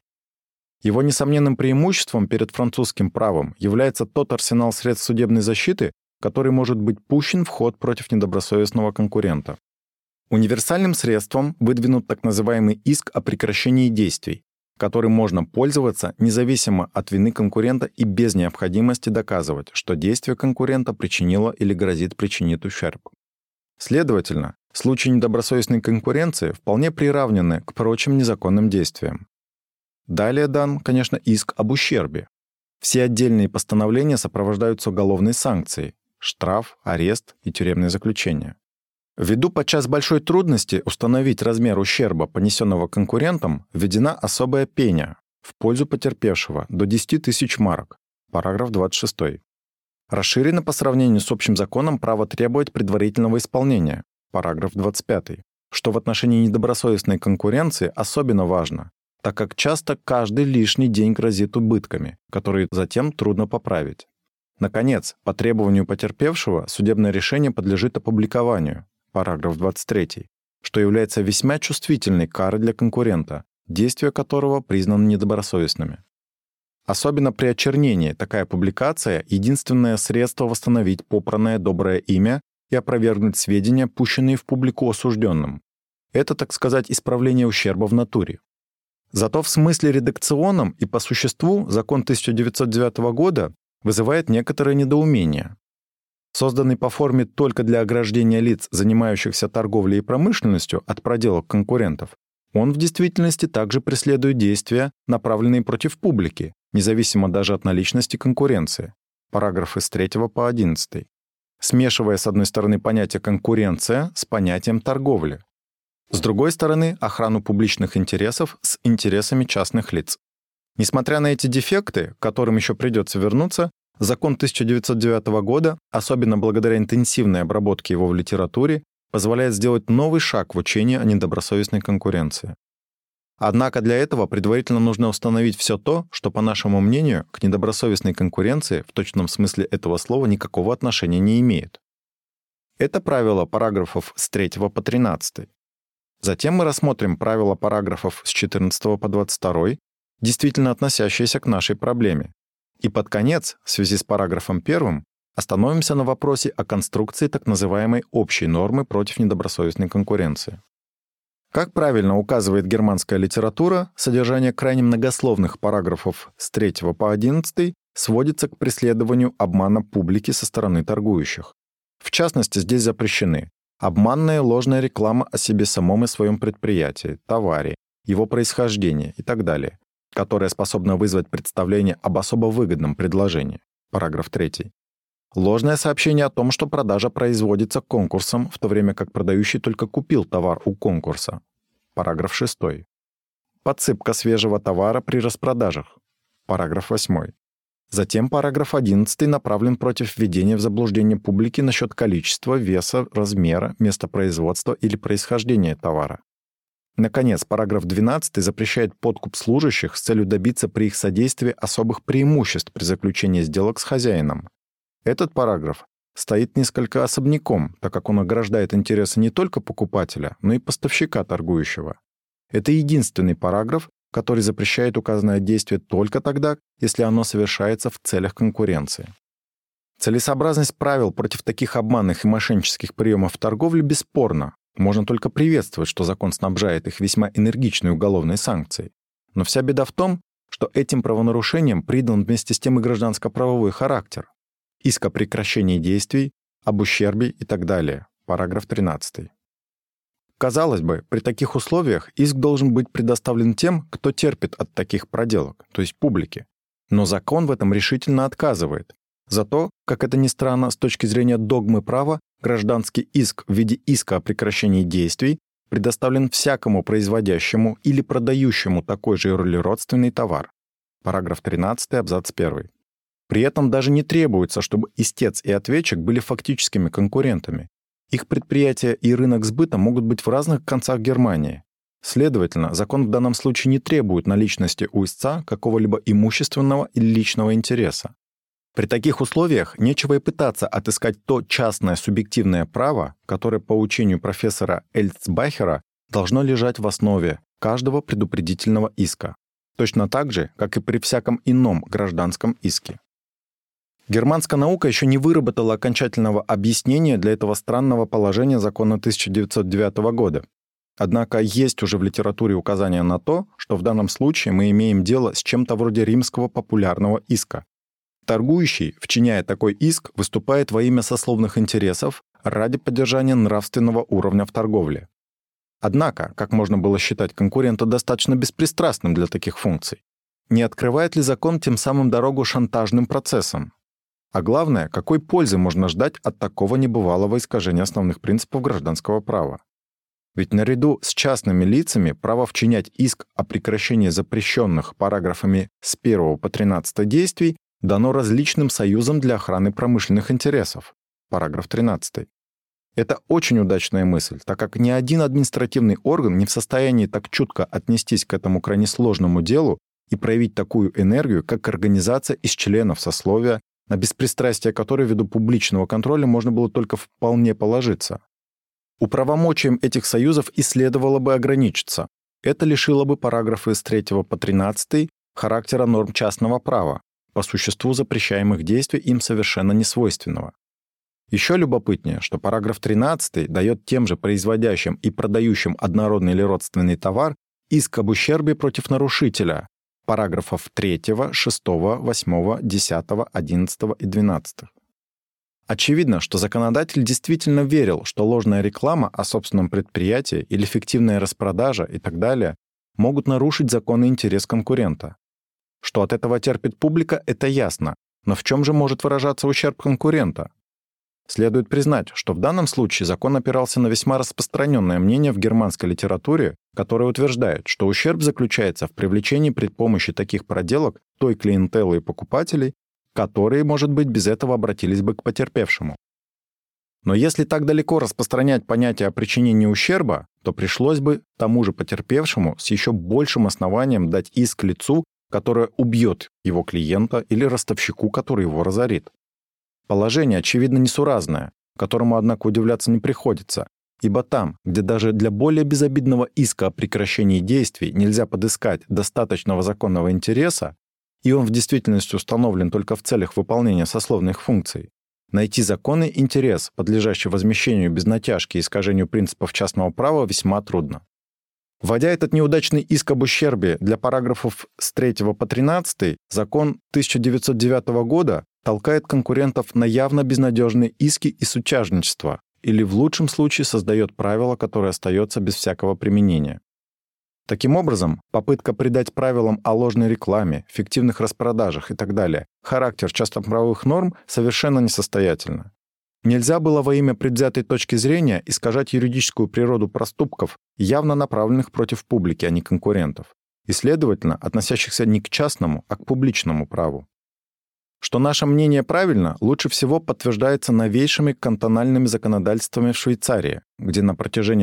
Его несомненным преимуществом перед французским правом является тот арсенал средств судебной защиты, который может быть пущен в ход против недобросовестного конкурента. Универсальным средством выдвинут так называемый иск о прекращении действий, которым можно пользоваться независимо от вины конкурента и без необходимости доказывать, что действие конкурента причинило или грозит причинить ущерб. Следовательно, случаи недобросовестной конкуренции вполне приравнены к прочим незаконным действиям. Далее дан, конечно, иск об ущербе. Все отдельные постановления сопровождаются уголовной санкцией – штраф, арест и тюремное заключение. Ввиду подчас большой трудности установить размер ущерба, понесенного конкурентом, введена особая пеня в пользу потерпевшего до 10 тысяч марок, параграф 26. Расширено по сравнению с общим законом право требовать предварительного исполнения, параграф 25, что в отношении недобросовестной конкуренции особенно важно, так как часто каждый лишний день грозит убытками, которые затем трудно поправить. Наконец, по требованию потерпевшего судебное решение подлежит опубликованию, параграф 23, что является весьма чувствительной карой для конкурента, действия которого признаны недобросовестными. Особенно при очернении такая публикация — единственное средство восстановить попранное доброе имя и опровергнуть сведения, пущенные в публику осужденным. Это, так сказать, исправление ущерба в натуре. Зато в смысле редакционном и по существу закон 1909 года вызывает некоторое недоумение. Созданный по форме только для ограждения лиц, занимающихся торговлей и промышленностью, от проделок конкурентов, он в действительности также преследует действия, направленные против публики, независимо даже от наличности конкуренции. Параграфы с 3 по 11. Смешивая, с одной стороны, понятие «конкуренция» с понятием «торговля». С другой стороны, охрану публичных интересов с интересами частных лиц. Несмотря на эти дефекты, к которым еще придется вернуться, закон 1909 года, особенно благодаря интенсивной обработке его в литературе, позволяет сделать новый шаг в учении о недобросовестной конкуренции. Однако для этого предварительно нужно установить все то, что, по нашему мнению, к недобросовестной конкуренции в точном смысле этого слова никакого отношения не имеет. Это правило параграфов с 3 по 13. Затем мы рассмотрим правила параграфов с 14 по 22, действительно относящиеся к нашей проблеме. И под конец, в связи с параграфом 1, остановимся на вопросе о конструкции так называемой общей нормы против недобросовестной конкуренции. Как правильно указывает германская литература, содержание крайне многословных параграфов с 3 по 11 сводится к преследованию обмана публики со стороны торгующих. В частности, здесь запрещены обманная и ложная реклама о себе самом и своем предприятии, товаре, его происхождении и так далее, которая способна вызвать представление об особо выгодном предложении. Параграф 3. Ложное сообщение о том, что продажа производится конкурсом, в то время как продающий только купил товар у конкурса. Параграф 6. Подсыпка свежего товара при распродажах. Параграф 8. Затем параграф 11 направлен против введения в заблуждение публики насчет количества, веса, размера, места производства или происхождения товара. Наконец, параграф 12 запрещает подкуп служащих с целью добиться при их содействии особых преимуществ при заключении сделок с хозяином. Этот параграф стоит несколько особняком, так как он ограждает интересы не только покупателя, но и поставщика торгующего. Это единственный параграф, который запрещает указанное действие только тогда, если оно совершается в целях конкуренции. Целесообразность правил против таких обманных и мошеннических приемов в торговле бесспорна. Можно только приветствовать, что закон снабжает их весьма энергичной уголовной санкцией. Но вся беда в том, что этим правонарушением придан вместе с тем и гражданско-правовой характер. Иск о прекращении действий, об ущербе и так далее. Параграф 13. Казалось бы, при таких условиях иск должен быть предоставлен тем, кто терпит от таких проделок, то есть публике. Но закон в этом решительно отказывает. Зато, как это ни странно, с точки зрения догмы права, гражданский иск в виде иска о прекращении действий предоставлен всякому производящему или продающему такой же или родственный товар. Параграф 13, абзац 1. При этом даже не требуется, чтобы истец и ответчик были фактическими конкурентами. Их предприятия и рынок сбыта могут быть в разных концах Германии. Следовательно, закон в данном случае не требует наличности у истца какого-либо имущественного или личного интереса. При таких условиях нечего и пытаться отыскать то частное субъективное право, которое по учению профессора Эльцбахера должно лежать в основе каждого предупредительного иска. Точно так же, как и при всяком ином гражданском иске. Германская наука еще не выработала окончательного объяснения для этого странного положения закона 1909 года. Однако есть уже в литературе указания на то, что в данном случае мы имеем дело с чем-то вроде римского популярного иска. Торгующий, вчиняя такой иск, выступает во имя сословных интересов ради поддержания нравственного уровня в торговле. Однако, как можно было считать конкурента достаточно беспристрастным для таких функций? Не открывает ли закон тем самым дорогу шантажным процессам? А главное, какой пользы можно ждать от такого небывалого искажения основных принципов гражданского права? Ведь наряду с частными лицами право вчинять иск о прекращении запрещенных параграфами с 1 по 13 действий дано различным союзам для охраны промышленных интересов. Параграф 13. Это очень удачная мысль, так как ни один административный орган не в состоянии так чутко отнестись к этому крайне сложному делу и проявить такую энергию, как организация из членов сословия, на беспристрастие которой ввиду публичного контроля можно было только вполне положиться. Управомочием этих союзов и следовало бы ограничиться. Это лишило бы параграфы с 3 по 13 характера норм частного права, по существу запрещаемых действий им совершенно несвойственного. Еще любопытнее, что параграф 13 дает тем же производящим и продающим однородный или родственный товар иск об ущербе против нарушителя параграфов 3, 6, 8, 10, 11 и 12. Очевидно, что законодатель действительно верил, что ложная реклама о собственном предприятии или фиктивная распродажа и так далее могут нарушить законный интерес конкурента. Что от этого терпит публика, это ясно, но в чем же может выражаться ущерб конкурента? Следует признать, что в данном случае закон опирался на весьма распространенное мнение в германской литературе, которое утверждает, что ущерб заключается в привлечении при помощи таких проделок той клиентелы и покупателей, которые, может быть, без этого обратились бы к потерпевшему. Но если так далеко распространять понятие о причинении ущерба, то пришлось бы тому же потерпевшему с еще большим основанием дать иск лицу, которое убьет его клиента, или ростовщику, который его разорит. Положение, очевидно, несуразное, которому, однако, удивляться не приходится, ибо там, где даже для более безобидного иска о прекращении действий нельзя подыскать достаточного законного интереса, и он в действительности установлен только в целях выполнения сословных функций, найти законный интерес, подлежащий возмещению без натяжки и искажению принципов частного права, весьма трудно. Вводя этот неудачный иск об ущербе для параграфов с 3 по 13, закон 1909 года толкает конкурентов на явно безнадежные иски и сутяжничество, или в лучшем случае создает правило, которое остается без всякого применения. Таким образом, попытка придать правилам о ложной рекламе, фиктивных распродажах и так далее характер частноправовых норм совершенно несостоятельна. Нельзя было во имя предвзятой точки зрения искажать юридическую природу проступков, явно направленных против публики, а не конкурентов, и, следовательно, относящихся не к частному, а к публичному праву. Что наше мнение правильно, лучше всего подтверждается новейшими кантональными законодательствами в Швейцарии, где на протяжении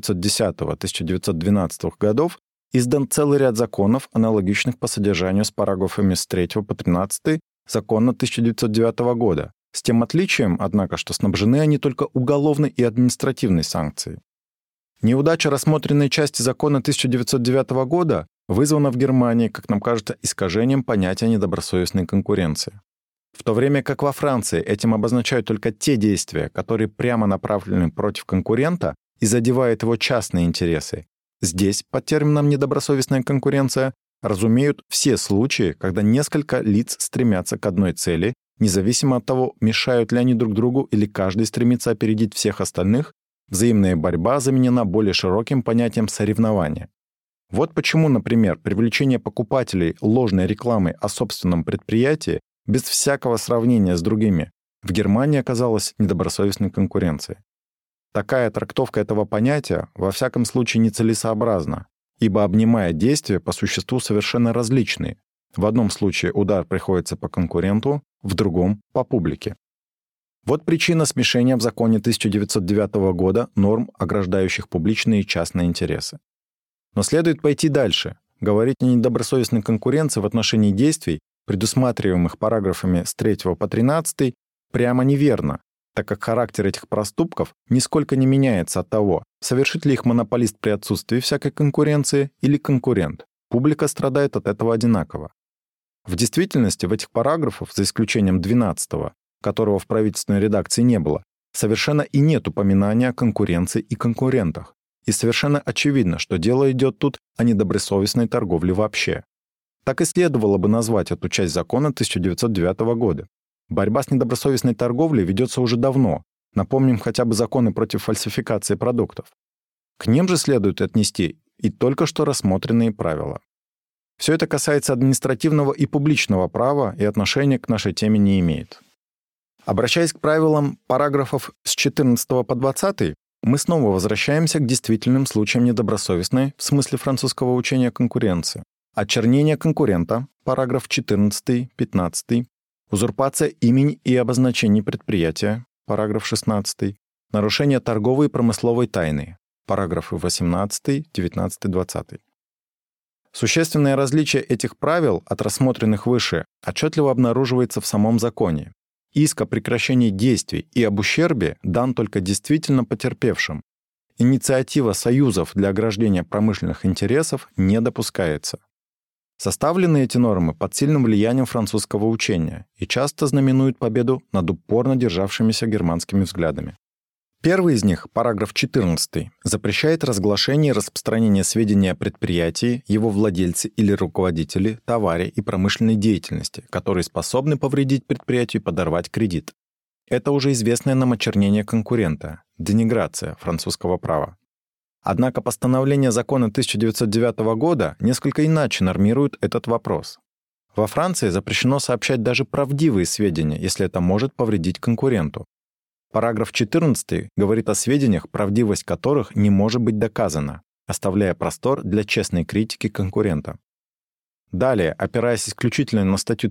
1910-1912 годов издан целый ряд законов, аналогичных по содержанию с параграфами с 3 по 13 закона 1909 года, с тем отличием, однако, что снабжены они только уголовной и административной санкцией. Неудача рассмотренной части закона 1909 года вызвана в Германии, как нам кажется, искажением понятия недобросовестной конкуренции. В то время как во Франции этим обозначают только те действия, которые прямо направлены против конкурента и задевают его частные интересы, здесь, под термином «недобросовестная конкуренция», разумеют все случаи, когда несколько лиц стремятся к одной цели, независимо от того, мешают ли они друг другу или каждый стремится опередить всех остальных, взаимная борьба заменена более широким понятием соревнования. Вот почему, например, привлечение покупателей ложной рекламой о собственном предприятии без всякого сравнения с другими в Германии оказалось недобросовестной конкуренцией. Такая трактовка этого понятия во всяком случае нецелесообразна, ибо обнимает действия по существу совершенно различные. В одном случае удар приходится по конкуренту, в другом — по публике. Вот причина смешения в законе 1909 года норм, ограждающих публичные и частные интересы. Но следует пойти дальше. Говорить о недобросовестной конкуренции в отношении действий, предусматриваемых параграфами с 3 по 13, прямо неверно, так как характер этих проступков нисколько не меняется от того, совершит ли их монополист при отсутствии всякой конкуренции или конкурент. Публика страдает от этого одинаково. В действительности в этих параграфах, за исключением 12, которого в правительственной редакции не было, совершенно и нет упоминания о конкуренции и конкурентах. И совершенно очевидно, что дело идет тут о недобросовестной торговле вообще. Так и следовало бы назвать эту часть закона 1909 года. Борьба с недобросовестной торговлей ведется уже давно. Напомним хотя бы законы против фальсификации продуктов. К ним же следует отнести и только что рассмотренные правила. Все это касается административного и публичного права и отношения к нашей теме не имеет. Обращаясь к правилам параграфов с 14 по 20, мы снова возвращаемся к действительным случаям недобросовестной, в смысле французского учения конкуренции. Очернение конкурента, параграф 14, 15, узурпация имени и обозначений предприятия, параграф 16, нарушение торговой и промысловой тайны, параграфы 18, 19, 20. Существенное различие этих правил от рассмотренных выше отчетливо обнаруживается в самом законе. Иск о прекращении действий и об ущербе дан только действительно потерпевшим. Инициатива союзов для ограждения промышленных интересов не допускается. Составлены эти нормы под сильным влиянием французского учения и часто знаменуют победу над упорно державшимися германскими взглядами. Первый из них, параграф 14, запрещает разглашение и распространение сведений о предприятии, его владельце или руководителе, товаре и промышленной деятельности, которые способны повредить предприятию и подорвать кредит. Это уже известное нам очернение конкурента, дениграция французского права. Однако постановление закона 1909 года несколько иначе нормирует этот вопрос. Во Франции запрещено сообщать даже правдивые сведения, если это может повредить конкуренту. Параграф 14 говорит о сведениях, правдивость которых не может быть доказана, оставляя простор для честной критики конкурента. Далее, опираясь исключительно на статью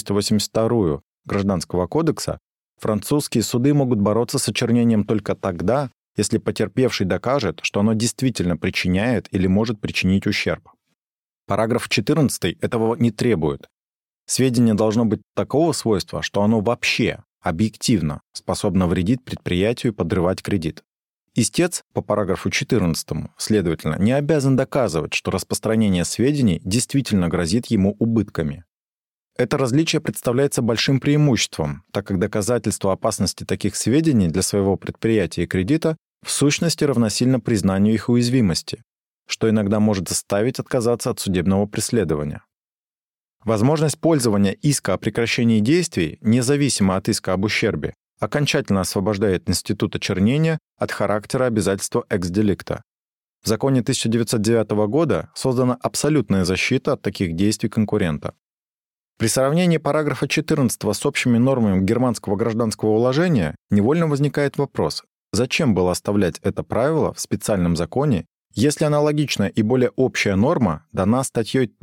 1382 Гражданского кодекса, французские суды могут бороться с очернением только тогда, если потерпевший докажет, что оно действительно причиняет или может причинить ущерб. Параграф 14 этого не требует. Сведение должно быть такого свойства, что оно вообще, объективно, способно вредить предприятию и подрывать кредит. Истец по параграфу 14, следовательно, не обязан доказывать, что распространение сведений действительно грозит ему убытками. Это различие представляется большим преимуществом, так как доказательство опасности таких сведений для своего предприятия и кредита в сущности равносильно признанию их уязвимости, что иногда может заставить отказаться от судебного преследования. Возможность пользования иска о прекращении действий, независимо от иска об ущербе, окончательно освобождает институт очернения от характера обязательства экс-деликта. В законе 1909 года создана абсолютная защита от таких действий конкурента. При сравнении параграфа 14 с общими нормами германского гражданского уложения невольно возникает вопрос, зачем было оставлять это правило в специальном законе, если аналогичная и более общая норма дана статьей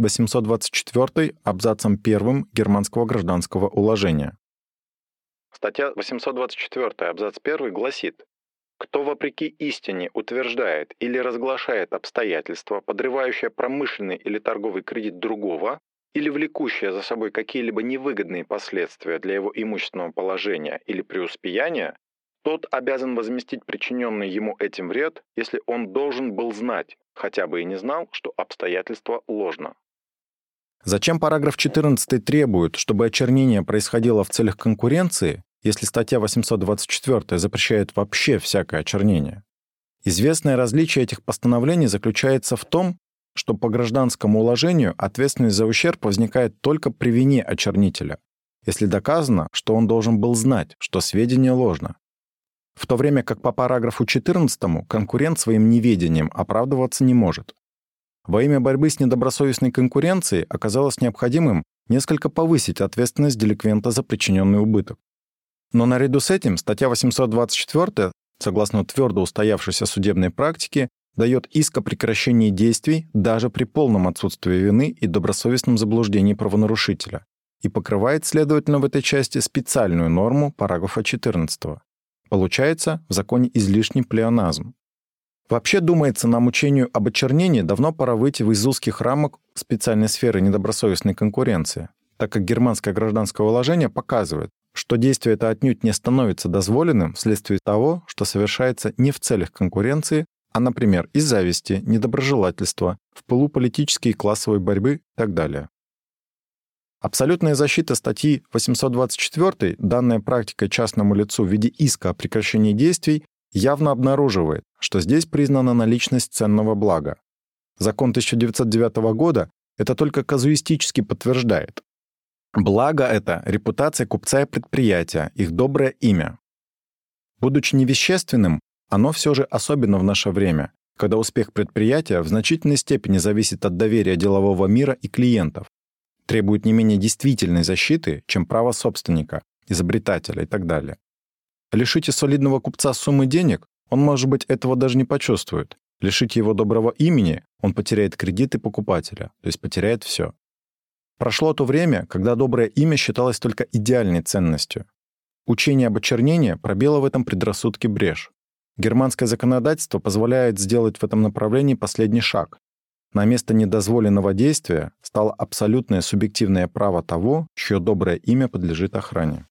824 абзацем 1 германского гражданского уложения. Статья 824 абзац 1 гласит: «Кто вопреки истине утверждает или разглашает обстоятельства, подрывающие промышленный или торговый кредит другого, или влекущие за собой какие-либо невыгодные последствия для его имущественного положения или преуспеяния, тот обязан возместить причиненный ему этим вред, если он должен был знать, хотя бы и не знал, что обстоятельство ложно». Зачем параграф 14 требует, чтобы очернение происходило в целях конкуренции, если статья 824 запрещает вообще всякое очернение? Известное различие этих постановлений заключается в том, что по гражданскому уложению ответственность за ущерб возникает только при вине очернителя, если доказано, что он должен был знать, что сведение ложно. В то время как по параграфу 14 конкурент своим неведением оправдываться не может. Во имя борьбы с недобросовестной конкуренцией оказалось необходимым несколько повысить ответственность деликвента за причиненный убыток. Но наряду с этим статья 824, согласно твердо устоявшейся судебной практике, дает иск о прекращении действий даже при полном отсутствии вины и добросовестном заблуждении правонарушителя и покрывает, следовательно, в этой части специальную норму параграфа 14. Получается в законе излишний плеоназм. Вообще, думается, нам учению об очернении давно пора выйти из узких рамок специальной сферы недобросовестной конкуренции, так как германское гражданское уложение показывает, что действие это отнюдь не становится дозволенным вследствие того, что совершается не в целях конкуренции, а, например, из зависти, недоброжелательства, в пылу политической и классовой борьбы и так далее. Абсолютная защита статьи 824, данная практикой частному лицу в виде иска о прекращении действий, явно обнаруживает, что здесь признана наличность ценного блага. Закон 1909 года это только казуистически подтверждает. Благо это репутация купца и предприятия, их доброе имя. Будучи невещественным, оно все же особенно в наше время, когда успех предприятия в значительной степени зависит от доверия делового мира и клиентов, требует не менее действительной защиты, чем право собственника, изобретателя и так далее. Лишите солидного купца суммы денег, он, может быть, этого даже не почувствует. Лишите его доброго имени, он потеряет кредиты покупателя, то есть потеряет все. Прошло то время, когда доброе имя считалось только идеальной ценностью. Учение об очернении пробило в этом предрассудке брешь. Германское законодательство позволяет сделать в этом направлении последний шаг. На место недозволенного действия стало абсолютное субъективное право того, чье доброе имя подлежит охране.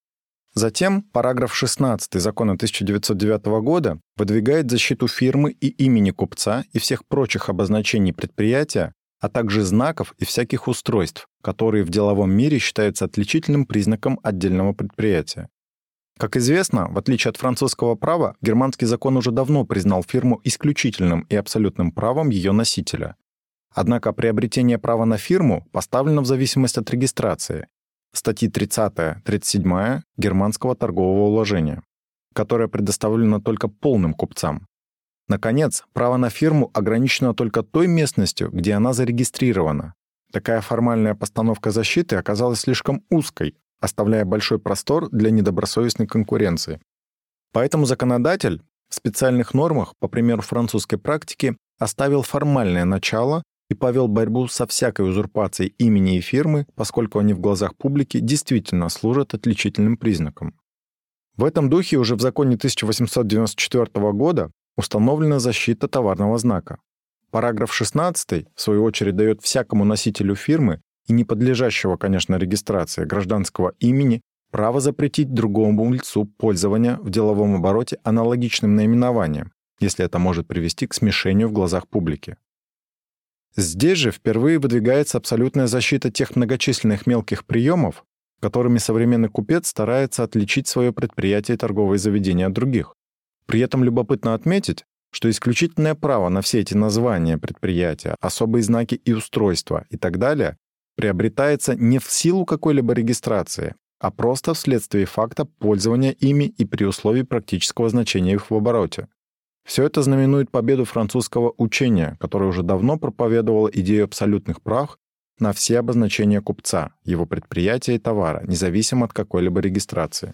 Затем параграф 16 закона 1909 года выдвигает защиту фирмы и имени купца и всех прочих обозначений предприятия а также знаков и всяких устройств, которые в деловом мире считаются отличительным признаком отдельного предприятия. Как известно, в отличие от французского права, германский закон уже давно признал фирму исключительным и абсолютным правом ее носителя. Однако приобретение права на фирму поставлено в зависимость от регистрации. Статьи 30-37 Германского торгового уложения, которое предоставлено только полным купцам. Наконец, право на фирму ограничено только той местностью, где она зарегистрирована. Такая формальная постановка защиты оказалась слишком узкой, оставляя большой простор для недобросовестной конкуренции. Поэтому законодатель в специальных нормах, по примеру французской практики, оставил формальное начало и повел борьбу со всякой узурпацией имени и фирмы, поскольку они в глазах публики действительно служат отличительным признаком. В этом духе уже в законе 1894 года установлена защита товарного знака. Параграф 16, в свою очередь, дает всякому носителю фирмы и не подлежащего, конечно, регистрации гражданского имени право запретить другому лицу пользование в деловом обороте аналогичным наименованием, если это может привести к смешению в глазах публики. Здесь же впервые выдвигается абсолютная защита тех многочисленных мелких приемов, которыми современный купец старается отличить свое предприятие и торговые заведения от других. При этом любопытно отметить, что исключительное право на все эти названия предприятия, особые знаки и устройства и так далее приобретается не в силу какой-либо регистрации, а просто вследствие факта пользования ими и при условии практического значения их в обороте. Все это знаменует победу французского учения, которое уже давно проповедовало идею абсолютных прав на все обозначения купца, его предприятия и товара, независимо от какой-либо регистрации.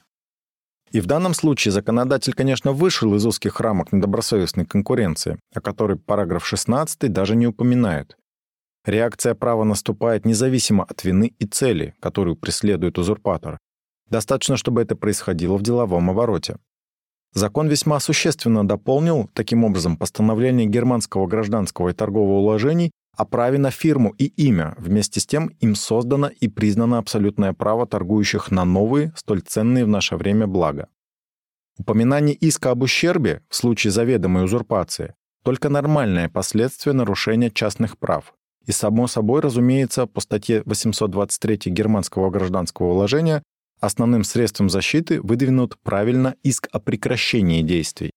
И в данном случае законодатель, конечно, вышел из узких рамок недобросовестной конкуренции, о которой параграф 16 даже не упоминает. Реакция права наступает независимо от вины и цели, которую преследует узурпатор. Достаточно, чтобы это происходило в деловом обороте. Закон весьма существенно дополнил, таким образом, постановление Германского гражданского и торгового уложений о праве на фирму и имя, вместе с тем им создано и признано абсолютное право торгующих на новые, столь ценные в наше время блага. Упоминание иска об ущербе в случае заведомой узурпации – только нормальное последствие нарушения частных прав. И, само собой, разумеется, по статье 823 Германского гражданского уложения основным средством защиты выдвинут правильно иск о прекращении действий.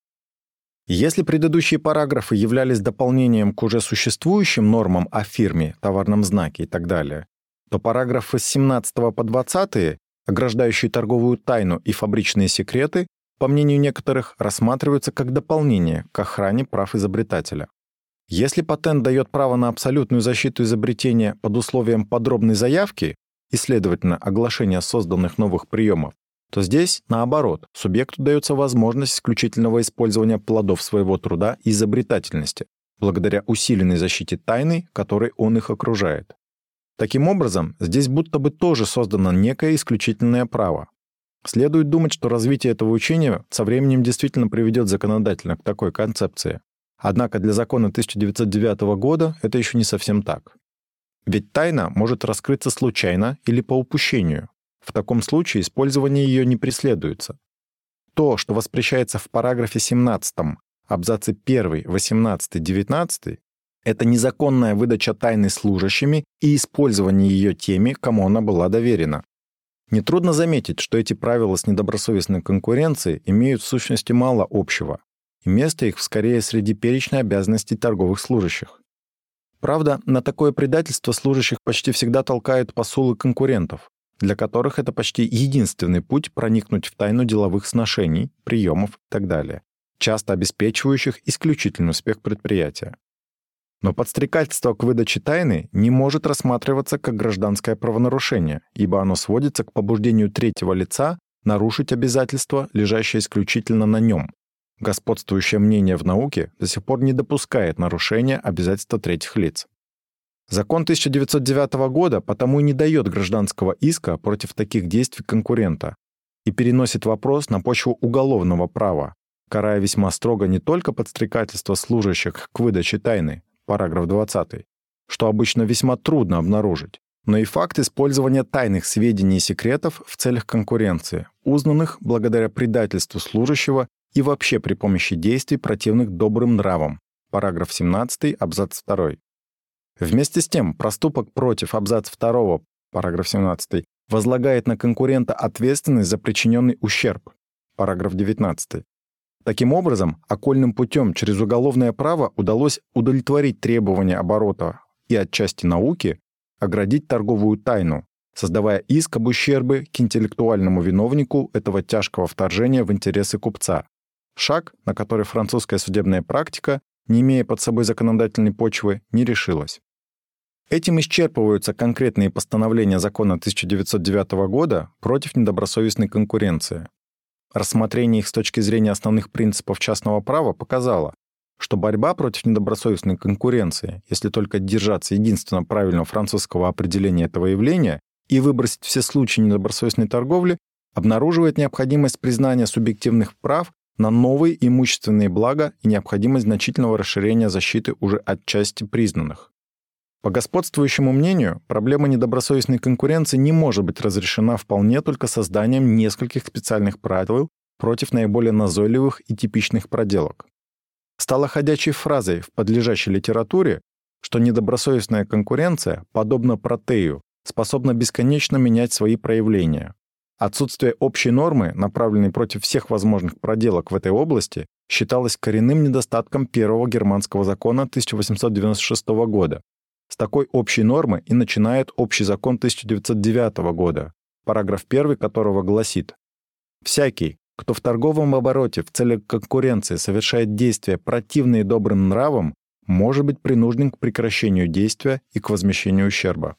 Если предыдущие параграфы являлись дополнением к уже существующим нормам о фирме, товарном знаке и так далее, то параграфы с 17 по 20, ограждающие торговую тайну и фабричные секреты, по мнению некоторых, рассматриваются как дополнение к охране прав изобретателя. Если патент дает право на абсолютную защиту изобретения под условием подробной заявки и, следовательно, оглашения созданных новых приемов, то здесь, наоборот, субъекту дается возможность исключительного использования плодов своего труда и изобретательности, благодаря усиленной защите тайны, которой он их окружает. Таким образом, здесь будто бы тоже создано некое исключительное право. Следует думать, что развитие этого учения со временем действительно приведет законодательно к такой концепции. Однако для закона 1909 года это еще не совсем так. Ведь тайна может раскрыться случайно или по упущению. В таком случае использование ее не преследуется. То, что воспрещается в параграфе 17, абзацы 1, 18, 19, это незаконная выдача тайны служащими и использование ее теми, кому она была доверена. Нетрудно заметить, что эти правила с недобросовестной конкуренцией имеют в сущности мало общего, и место их скорее среди перечня обязанностей торговых служащих. Правда, на такое предательство служащих почти всегда толкают посулы конкурентов, для которых это почти единственный путь проникнуть в тайну деловых сношений, приемов и так далее, часто обеспечивающих исключительный успех предприятия. Но подстрекательство к выдаче тайны не может рассматриваться как гражданское правонарушение, ибо оно сводится к побуждению третьего лица нарушить обязательства, лежащие исключительно на нем. Господствующее мнение в науке до сих пор не допускает нарушения обязательства третьих лиц. Закон 1909 года потому и не дает гражданского иска против таких действий конкурента и переносит вопрос на почву уголовного права, карая весьма строго не только подстрекательство служащих к выдаче тайны, параграф 20, что обычно весьма трудно обнаружить, но и факт использования тайных сведений и секретов в целях конкуренции, узнанных благодаря предательству служащего и вообще при помощи действий, противных добрым нравам, параграф 17, абзац 2. Вместе с тем, проступок против абзац 2, параграф 17, возлагает на конкурента ответственность за причиненный ущерб, параграф 19. Таким образом, окольным путем через уголовное право удалось удовлетворить требования оборота и отчасти науки оградить торговую тайну, создавая иск об ущербе к интеллектуальному виновнику этого тяжкого вторжения в интересы купца. Шаг, на который французская судебная практика, не имея под собой законодательной почвы, не решилась. Этим исчерпываются конкретные постановления закона 1909 года против недобросовестной конкуренции. Рассмотрение их с точки зрения основных принципов частного права показало, что борьба против недобросовестной конкуренции, если только держаться единственно правильного французского определения этого явления и выбросить все случаи недобросовестной торговли, обнаруживает необходимость признания субъективных прав на новые имущественные блага и необходимость значительного расширения защиты уже отчасти признанных. По господствующему мнению, проблема недобросовестной конкуренции не может быть разрешена вполне только созданием нескольких специальных правил против наиболее назойливых и типичных проделок. Стало ходячей фразой в подлежащей литературе, что недобросовестная конкуренция, подобно протею, способна бесконечно менять свои проявления. Отсутствие общей нормы, направленной против всех возможных проделок в этой области, считалось коренным недостатком первого германского закона 1896 года. С такой общей нормы и начинает общий закон 1909 года, параграф 1 которого гласит: «Всякий, кто в торговом обороте в целях конкуренции совершает действия, противные добрым нравам, может быть принужден к прекращению действия и к возмещению ущерба».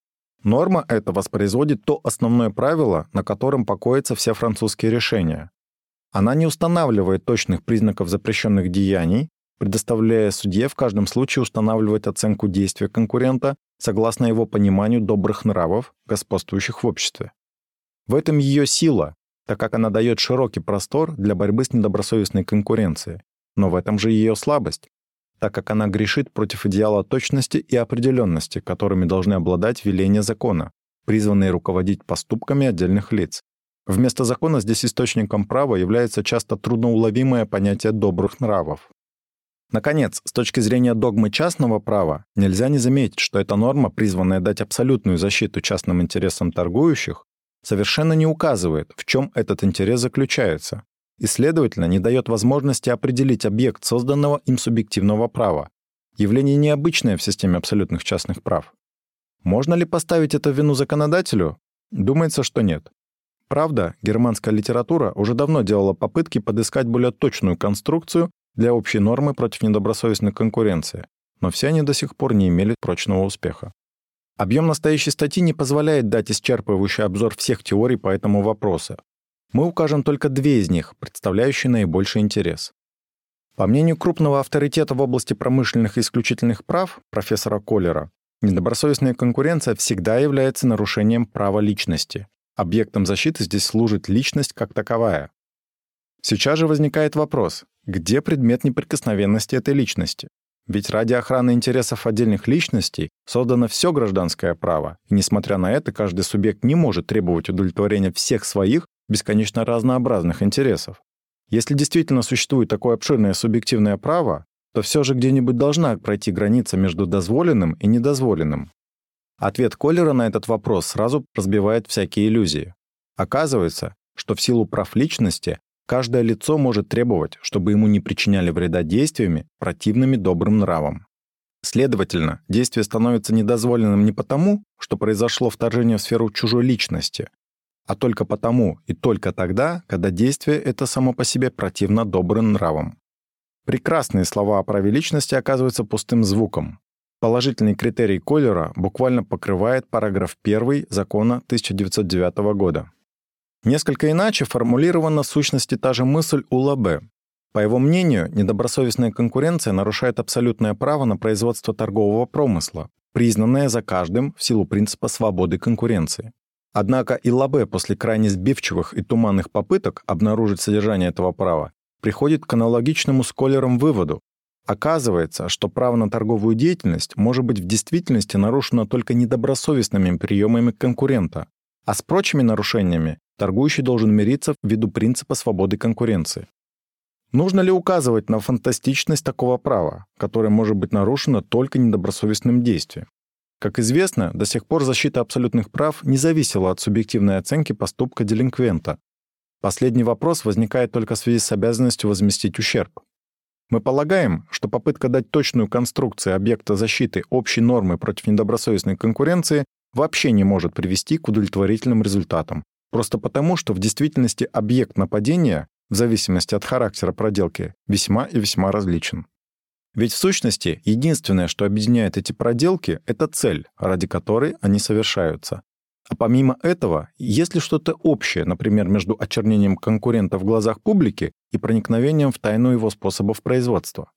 Норма эта воспроизводит то основное правило, на котором покоятся все французские решения. Она не устанавливает точных признаков запрещенных деяний, предоставляя судье в каждом случае устанавливать оценку действия конкурента согласно его пониманию добрых нравов, господствующих в обществе. В этом ее сила, так как она дает широкий простор для борьбы с недобросовестной конкуренцией, но в этом же ее слабость, так как она грешит против идеала точности и определенности, которыми должны обладать веления закона, призванные руководить поступками отдельных лиц. Вместо закона здесь источником права является часто трудноуловимое понятие добрых нравов. Наконец, с точки зрения догмы частного права, нельзя не заметить, что эта норма, призванная дать абсолютную защиту частным интересам торгующих, совершенно не указывает, в чем этот интерес заключается, и, следовательно, не дает возможности определить объект созданного им субъективного права, явление необычное в системе абсолютных частных прав. Можно ли поставить это в вину законодателю? Думается, что нет. Правда, германская литература уже давно делала попытки подыскать более точную конструкцию для общей нормы против недобросовестной конкуренции, но все они до сих пор не имели прочного успеха. Объем настоящей статьи не позволяет дать исчерпывающий обзор всех теорий по этому вопросу. Мы укажем только две из них, представляющие наибольший интерес. По мнению крупного авторитета в области промышленных и исключительных прав, профессора Коллера, недобросовестная конкуренция всегда является нарушением права личности. Объектом защиты здесь служит личность как таковая. Сейчас же возникает вопрос, где предмет неприкосновенности этой личности? Ведь ради охраны интересов отдельных личностей создано все гражданское право, и несмотря на это, каждый субъект не может требовать удовлетворения всех своих бесконечно разнообразных интересов. Если действительно существует такое обширное субъективное право, то все же где-нибудь должна пройти граница между дозволенным и недозволенным. Ответ Коллера на этот вопрос сразу разбивает всякие иллюзии. Оказывается, что в силу прав личности каждое лицо может требовать, чтобы ему не причиняли вреда действиями, противными добрым нравам. Следовательно, действие становится недозволенным не потому, что произошло вторжение в сферу чужой личности, а только потому и только тогда, когда действие это само по себе противно добрым нравам. Прекрасные слова о праве личности оказываются пустым звуком. Положительный критерий Коллера буквально покрывает параграф 1 закона 1909 года. Несколько иначе формулирована в сущности та же мысль у Лабе. По его мнению, недобросовестная конкуренция нарушает абсолютное право на производство торгового промысла, признанное за каждым в силу принципа свободы конкуренции. Однако и Лабе после крайне сбивчивых и туманных попыток обнаружить содержание этого права приходит к аналогичному с Коллером выводу. Оказывается, что право на торговую деятельность может быть в действительности нарушено только недобросовестными приемами конкурента, а с прочими нарушениями торгующий должен мириться ввиду принципа свободы конкуренции. Нужно ли указывать на фантастичность такого права, которое может быть нарушено только недобросовестным действием? Как известно, до сих пор защита абсолютных прав не зависела от субъективной оценки поступка делинквента. Последний вопрос возникает только в связи с обязанностью возместить ущерб. Мы полагаем, что попытка дать точную конструкцию объекта защиты общей нормы против недобросовестной конкуренции вообще не может привести к удовлетворительным результатам, просто потому, что в действительности объект нападения, в зависимости от характера проделки, весьма и весьма различен. Ведь в сущности, единственное, что объединяет эти проделки, это цель, ради которой они совершаются. А помимо этого, есть ли что-то общее, например, между очернением конкурента в глазах публики и проникновением в тайну его способов производства?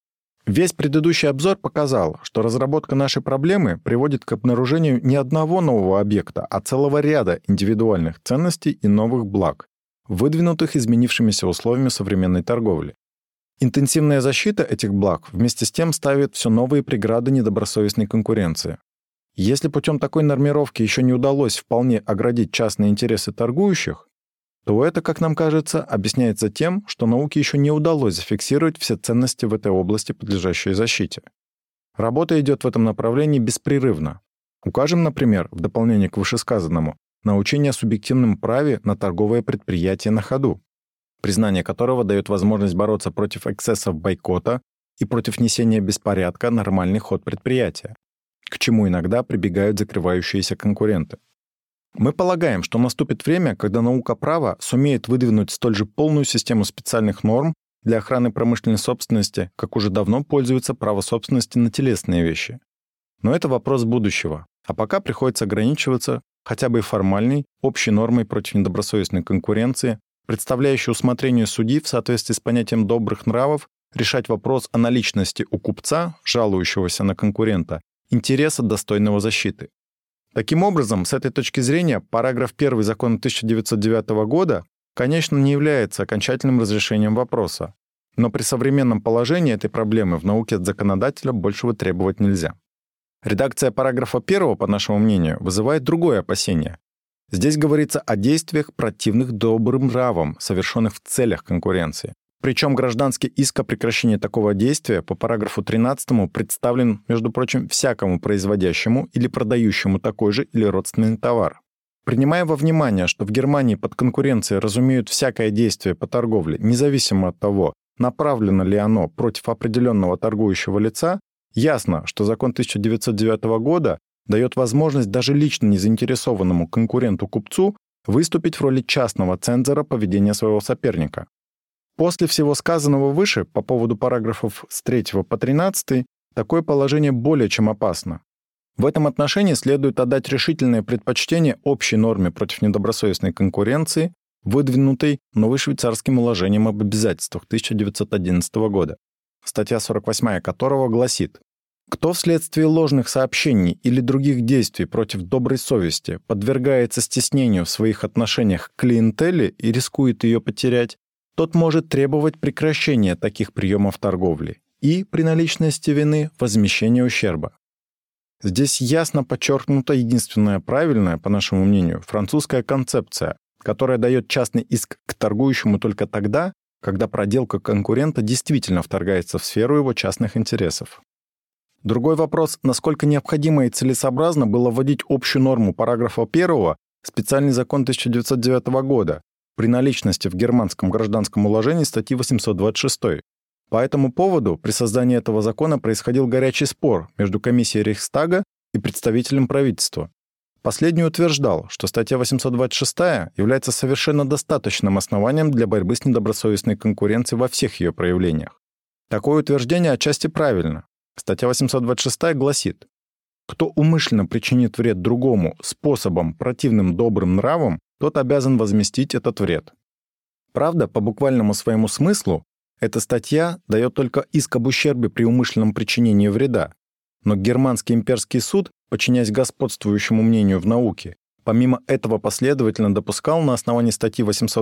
Весь предыдущий обзор показал, что разработка нашей проблемы приводит к обнаружению не одного нового объекта, а целого ряда индивидуальных ценностей и новых благ, выдвинутых изменившимися условиями современной торговли. Интенсивная защита этих благ вместе с тем ставит все новые преграды недобросовестной конкуренции. Если путем такой нормировки еще не удалось вполне оградить частные интересы торгующих, то это, как нам кажется, объясняется тем, что науке еще не удалось зафиксировать все ценности в этой области, подлежащей защите. Работа идет в этом направлении беспрерывно. Укажем, например, в дополнение к вышесказанному, на учение о субъективном праве на торговое предприятие на ходу, признание которого дает возможность бороться против эксцессов бойкота и против несения беспорядка нормальный ход предприятия, к чему иногда прибегают закрывающиеся конкуренты. Мы полагаем, что наступит время, когда наука права сумеет выдвинуть столь же полную систему специальных норм для охраны промышленной собственности, как уже давно пользуется право собственности на телесные вещи. Но это вопрос будущего, а пока приходится ограничиваться хотя бы и формальной, общей нормой против недобросовестной конкуренции, представляющей усмотрению судьи в соответствии с понятием добрых нравов решать вопрос о наличности у купца, жалующегося на конкурента, интереса, достойного защиты. Таким образом, с этой точки зрения, параграф 1 закона 1909 года, конечно, не является окончательным разрешением вопроса, но при современном положении этой проблемы в науке от законодателя большего требовать нельзя. Редакция параграфа 1, по нашему мнению, вызывает другое опасение. Здесь говорится о действиях, противных добрым нравам, совершенных в целях конкуренции. Причем гражданский иск о прекращении такого действия по параграфу 13 представлен, между прочим, всякому производящему или продающему такой же или родственный товар. Принимая во внимание, что в Германии под конкуренцией разумеют всякое действие по торговле, независимо от того, направлено ли оно против определенного торгующего лица, ясно, что закон 1909 года дает возможность даже лично незаинтересованному конкуренту-купцу выступить в роли частного цензора поведения своего соперника. После всего сказанного выше по поводу параграфов с 3 по 13 такое положение более чем опасно. В этом отношении следует отдать решительное предпочтение общей норме против недобросовестной конкуренции, выдвинутой новым-швейцарским уложением об обязательствах 1911 года, статья 48 которого гласит: «Кто вследствие ложных сообщений или других действий против доброй совести подвергается стеснению в своих отношениях к клиентеле и рискует ее потерять, тот может требовать прекращения таких приемов торговли и, при наличности вины, возмещения ущерба». Здесь ясно подчеркнута единственная правильная, по нашему мнению, французская концепция, которая дает частный иск к торгующему только тогда, когда проделка конкурента действительно вторгается в сферу его частных интересов. Другой вопрос, насколько необходимо и целесообразно было вводить общую норму параграфа 1 специальный закон 1909 года, при наличности в германском гражданском уложении статьи 826. По этому поводу при создании этого закона происходил горячий спор между комиссией Рейхстага и представителем правительства. Последний утверждал, что статья 826 является совершенно достаточным основанием для борьбы с недобросовестной конкуренцией во всех ее проявлениях. Такое утверждение отчасти правильно. Статья 826 гласит: «Кто умышленно причинит вред другому способом, противным добрым нравам, тот обязан возместить этот вред». Правда, по буквальному своему смыслу, эта статья дает только иск об ущербе при умышленном причинении вреда, но германский имперский суд, подчиняясь господствующему мнению в науке, помимо этого последовательно допускал на основании статьи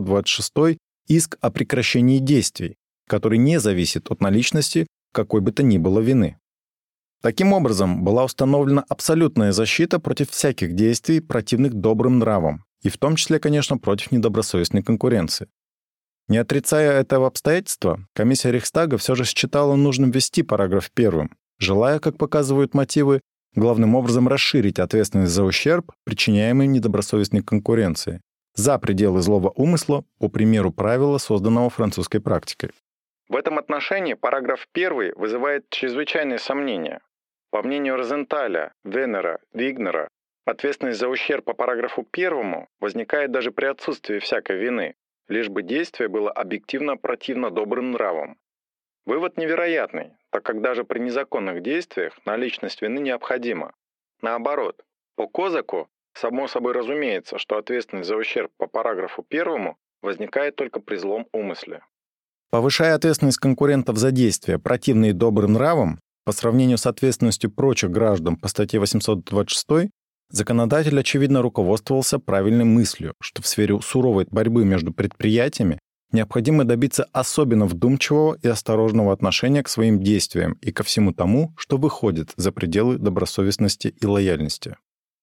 826 иск о прекращении действий, который не зависит от наличности какой бы то ни было вины. Таким образом, была установлена абсолютная защита против всяких действий, противных добрым нравам, и в том числе, конечно, против недобросовестной конкуренции. Не отрицая этого обстоятельства, комиссия Рейхстага все же считала нужным ввести параграф 1, желая, как показывают мотивы, главным образом расширить ответственность за ущерб, причиняемый недобросовестной конкуренции, за пределы злого умысла, по примеру правила, созданного французской практикой. В этом отношении параграф 1 вызывает чрезвычайные сомнения. По мнению Розенталя, Венера, Вигнера, ответственность за ущерб по параграфу 1 возникает даже при отсутствии всякой вины, лишь бы действие было объективно противно добрым нравам. Вывод невероятный, так как даже при незаконных действиях наличность вины необходима. Наоборот, по Козаку само собой разумеется, что ответственность за ущерб по параграфу 1 возникает только при злом умысле. Повышая ответственность конкурентов за действия, противные добрым нравам, по сравнению с ответственностью прочих граждан по статье 826, законодатель, очевидно, руководствовался правильной мыслью, что в сфере суровой борьбы между предприятиями необходимо добиться особенно вдумчивого и осторожного отношения к своим действиям и ко всему тому, что выходит за пределы добросовестности и лояльности.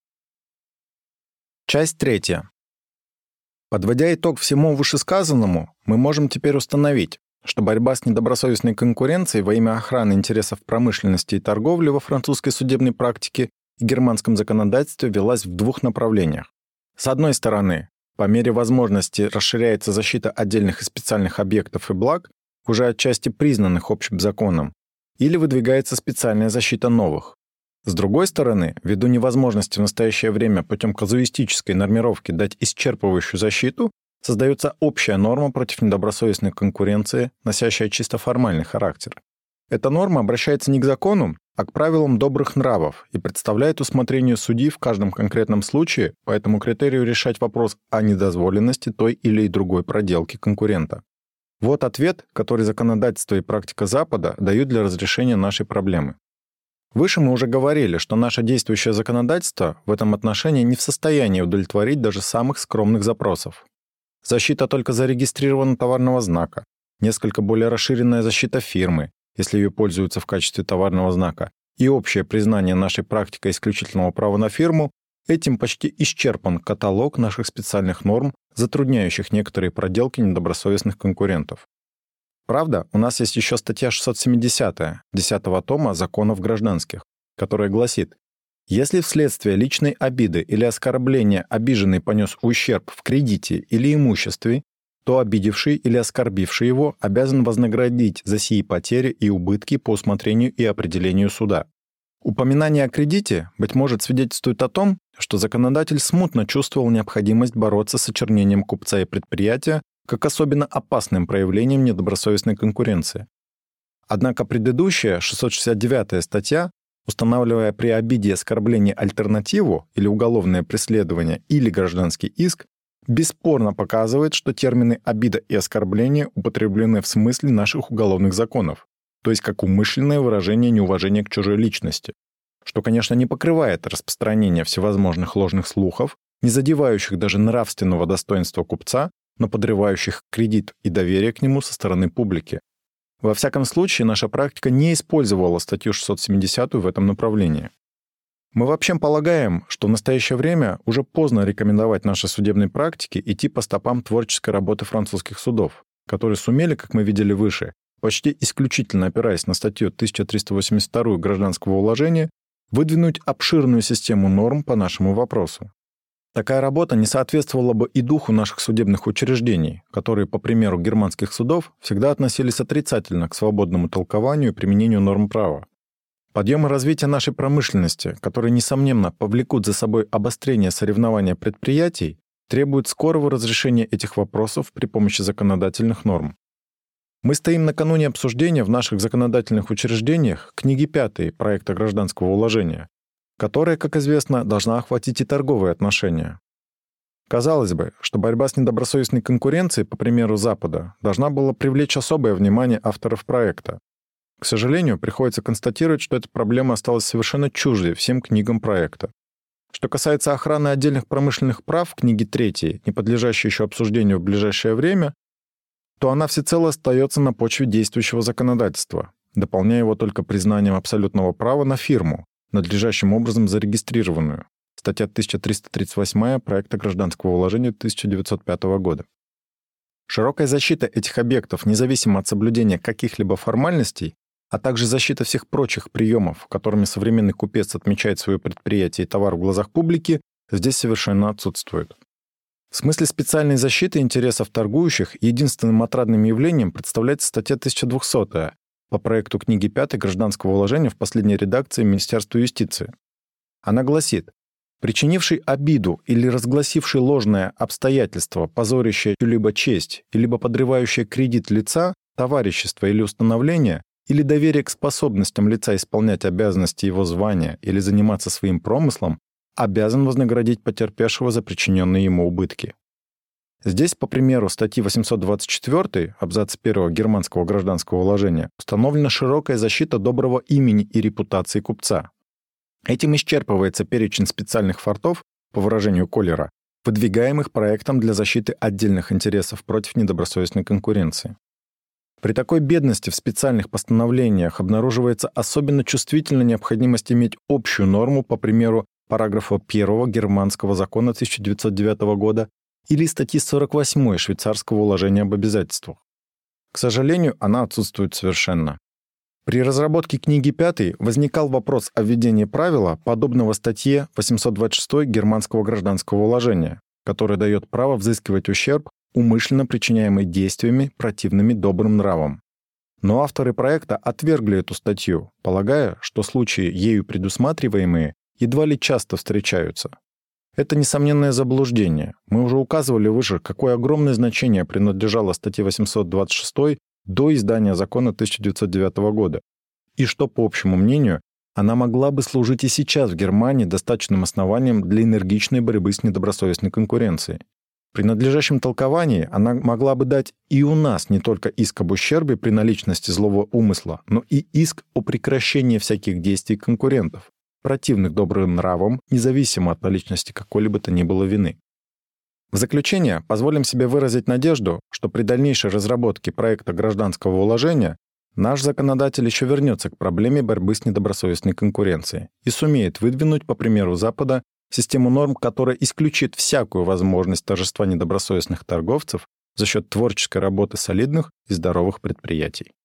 Часть 3. Подводя итог всему вышесказанному, мы можем теперь установить, что борьба с недобросовестной конкуренцией во имя охраны интересов промышленности и торговли во французской судебной практике и германском законодательстве велась в двух направлениях. С одной стороны, по мере возможности расширяется защита отдельных и специальных объектов и благ, уже отчасти признанных общим законом, или выдвигается специальная защита новых. С другой стороны, ввиду невозможности в настоящее время путем казуистической нормировки дать исчерпывающую защиту, создается общая норма против недобросовестной конкуренции, носящая чисто формальный характер. Эта норма обращается не к закону, а к правилам добрых нравов и представляет усмотрению судьи в каждом конкретном случае по этому критерию решать вопрос о недозволенности той или другой проделки конкурента. Вот ответ, который законодательство и практика Запада дают для разрешения нашей проблемы. Выше мы уже говорили, что наше действующее законодательство в этом отношении не в состоянии удовлетворить даже самых скромных запросов. Защита только зарегистрированного товарного знака, несколько более расширенная защита фирмы, если ее пользуются в качестве товарного знака, и общее признание нашей практикой исключительного права на фирму, этим почти исчерпан каталог наших специальных норм, затрудняющих некоторые проделки недобросовестных конкурентов. Правда, у нас есть еще статья 670 10-го тома законов гражданских, которая гласит: если вследствие личной обиды или оскорбления обиженный понес ущерб в кредите или имуществе, то обидевший или оскорбивший его обязан вознаградить за сии потери и убытки по усмотрению и определению суда. Упоминание о кредите, быть может, свидетельствует о том, что законодатель смутно чувствовал необходимость бороться с очернением купца и предприятия как особенно опасным проявлением недобросовестной конкуренции. Однако предыдущая, 669-я статья, устанавливая при обиде и оскорблении альтернативу или уголовное преследование или гражданский иск, бесспорно показывает, что термины «обида» и «оскорбление» употреблены в смысле наших уголовных законов, то есть как умышленное выражение неуважения к чужой личности, что, конечно, не покрывает распространение всевозможных ложных слухов, не задевающих даже нравственного достоинства купца, но подрывающих кредит и доверие к нему со стороны публики. Во всяком случае, наша практика не использовала статью 670 в этом направлении. Мы вообще полагаем, что в настоящее время уже поздно рекомендовать нашей судебной практике идти по стопам творческой работы французских судов, которые сумели, как мы видели выше, почти исключительно опираясь на статью 1382 Гражданского уложения, выдвинуть обширную систему норм по нашему вопросу. Такая работа не соответствовала бы и духу наших судебных учреждений, которые, по примеру германских судов, всегда относились отрицательно к свободному толкованию и применению норм права. Подъем и развитие нашей промышленности, которые, несомненно, повлекут за собой обострение соревнования предприятий, требует скорого разрешения этих вопросов при помощи законодательных норм. Мы стоим накануне обсуждения в наших законодательных учреждениях книги 5 проекта Гражданского уложения, которая, как известно, должна охватить и торговые отношения. Казалось бы, что борьба с недобросовестной конкуренцией, по примеру Запада, должна была привлечь особое внимание авторов проекта. К сожалению, приходится констатировать, что эта проблема осталась совершенно чуждой всем книгам проекта. Что касается охраны отдельных промышленных прав в книге 3, не подлежащей еще обсуждению в ближайшее время, то она всецело остается на почве действующего законодательства, дополняя его только признанием абсолютного права на фирму, надлежащим образом зарегистрированную. Статья 1338 проекта Гражданского уложения 1905 года. Широкая защита этих объектов, независимо от соблюдения каких-либо формальностей, а также защита всех прочих приемов, которыми современный купец отмечает свое предприятие и товар в глазах публики, здесь совершенно отсутствует. В смысле специальной защиты интересов торгующих единственным отрадным явлением представляется статья 1200 по проекту книги 5 Гражданского уложения в последней редакции Министерства юстиции. Она гласит: причинивший обиду или разгласивший ложное обстоятельство, позорящее чью-либо честь, либо подрывающее кредит лица, товарищество или установление, или доверие к способностям лица исполнять обязанности его звания или заниматься своим промыслом, обязан вознаградить потерпевшего за причиненные ему убытки. Здесь, по примеру статьи 824, абзац 1 Германского гражданского уложения, установлена широкая защита доброго имени и репутации купца. Этим исчерпывается перечень специальных фортов, по выражению Коллера, выдвигаемых проектом для защиты отдельных интересов против недобросовестной конкуренции. При такой бедности в специальных постановлениях обнаруживается особенно чувствительная необходимость иметь общую норму, по примеру параграфа 1 Германского закона 1909 года или статьи 48 Швейцарского уложения об обязательствах. К сожалению, она отсутствует совершенно. При разработке книги 5 возникал вопрос о введении правила, подобного статье 826 Германского гражданского уложения, которое дает право взыскивать ущерб, умышленно причиняемый действиями, противными добрым нравам. Но авторы проекта отвергли эту статью, полагая, что случаи, ею предусматриваемые, едва ли часто встречаются. Это несомненное заблуждение. Мы уже указывали выше, какое огромное значение принадлежало статье 826 до издания закона 1909 года, и что, по общему мнению, она могла бы служить и сейчас в Германии достаточным основанием для энергичной борьбы с недобросовестной конкуренцией. При надлежащем толковании она могла бы дать и у нас не только иск об ущербе при наличности злого умысла, но и иск о прекращении всяких действий конкурентов, противных добрым нравам, независимо от наличности какой-либо то ни было вины. В заключение позволим себе выразить надежду, что при дальнейшей разработке проекта гражданского уложения наш законодатель еще вернется к проблеме борьбы с недобросовестной конкуренцией и сумеет выдвинуть, по примеру Запада, систему норм, которая исключит всякую возможность торжества недобросовестных торговцев за счет творческой работы солидных и здоровых предприятий.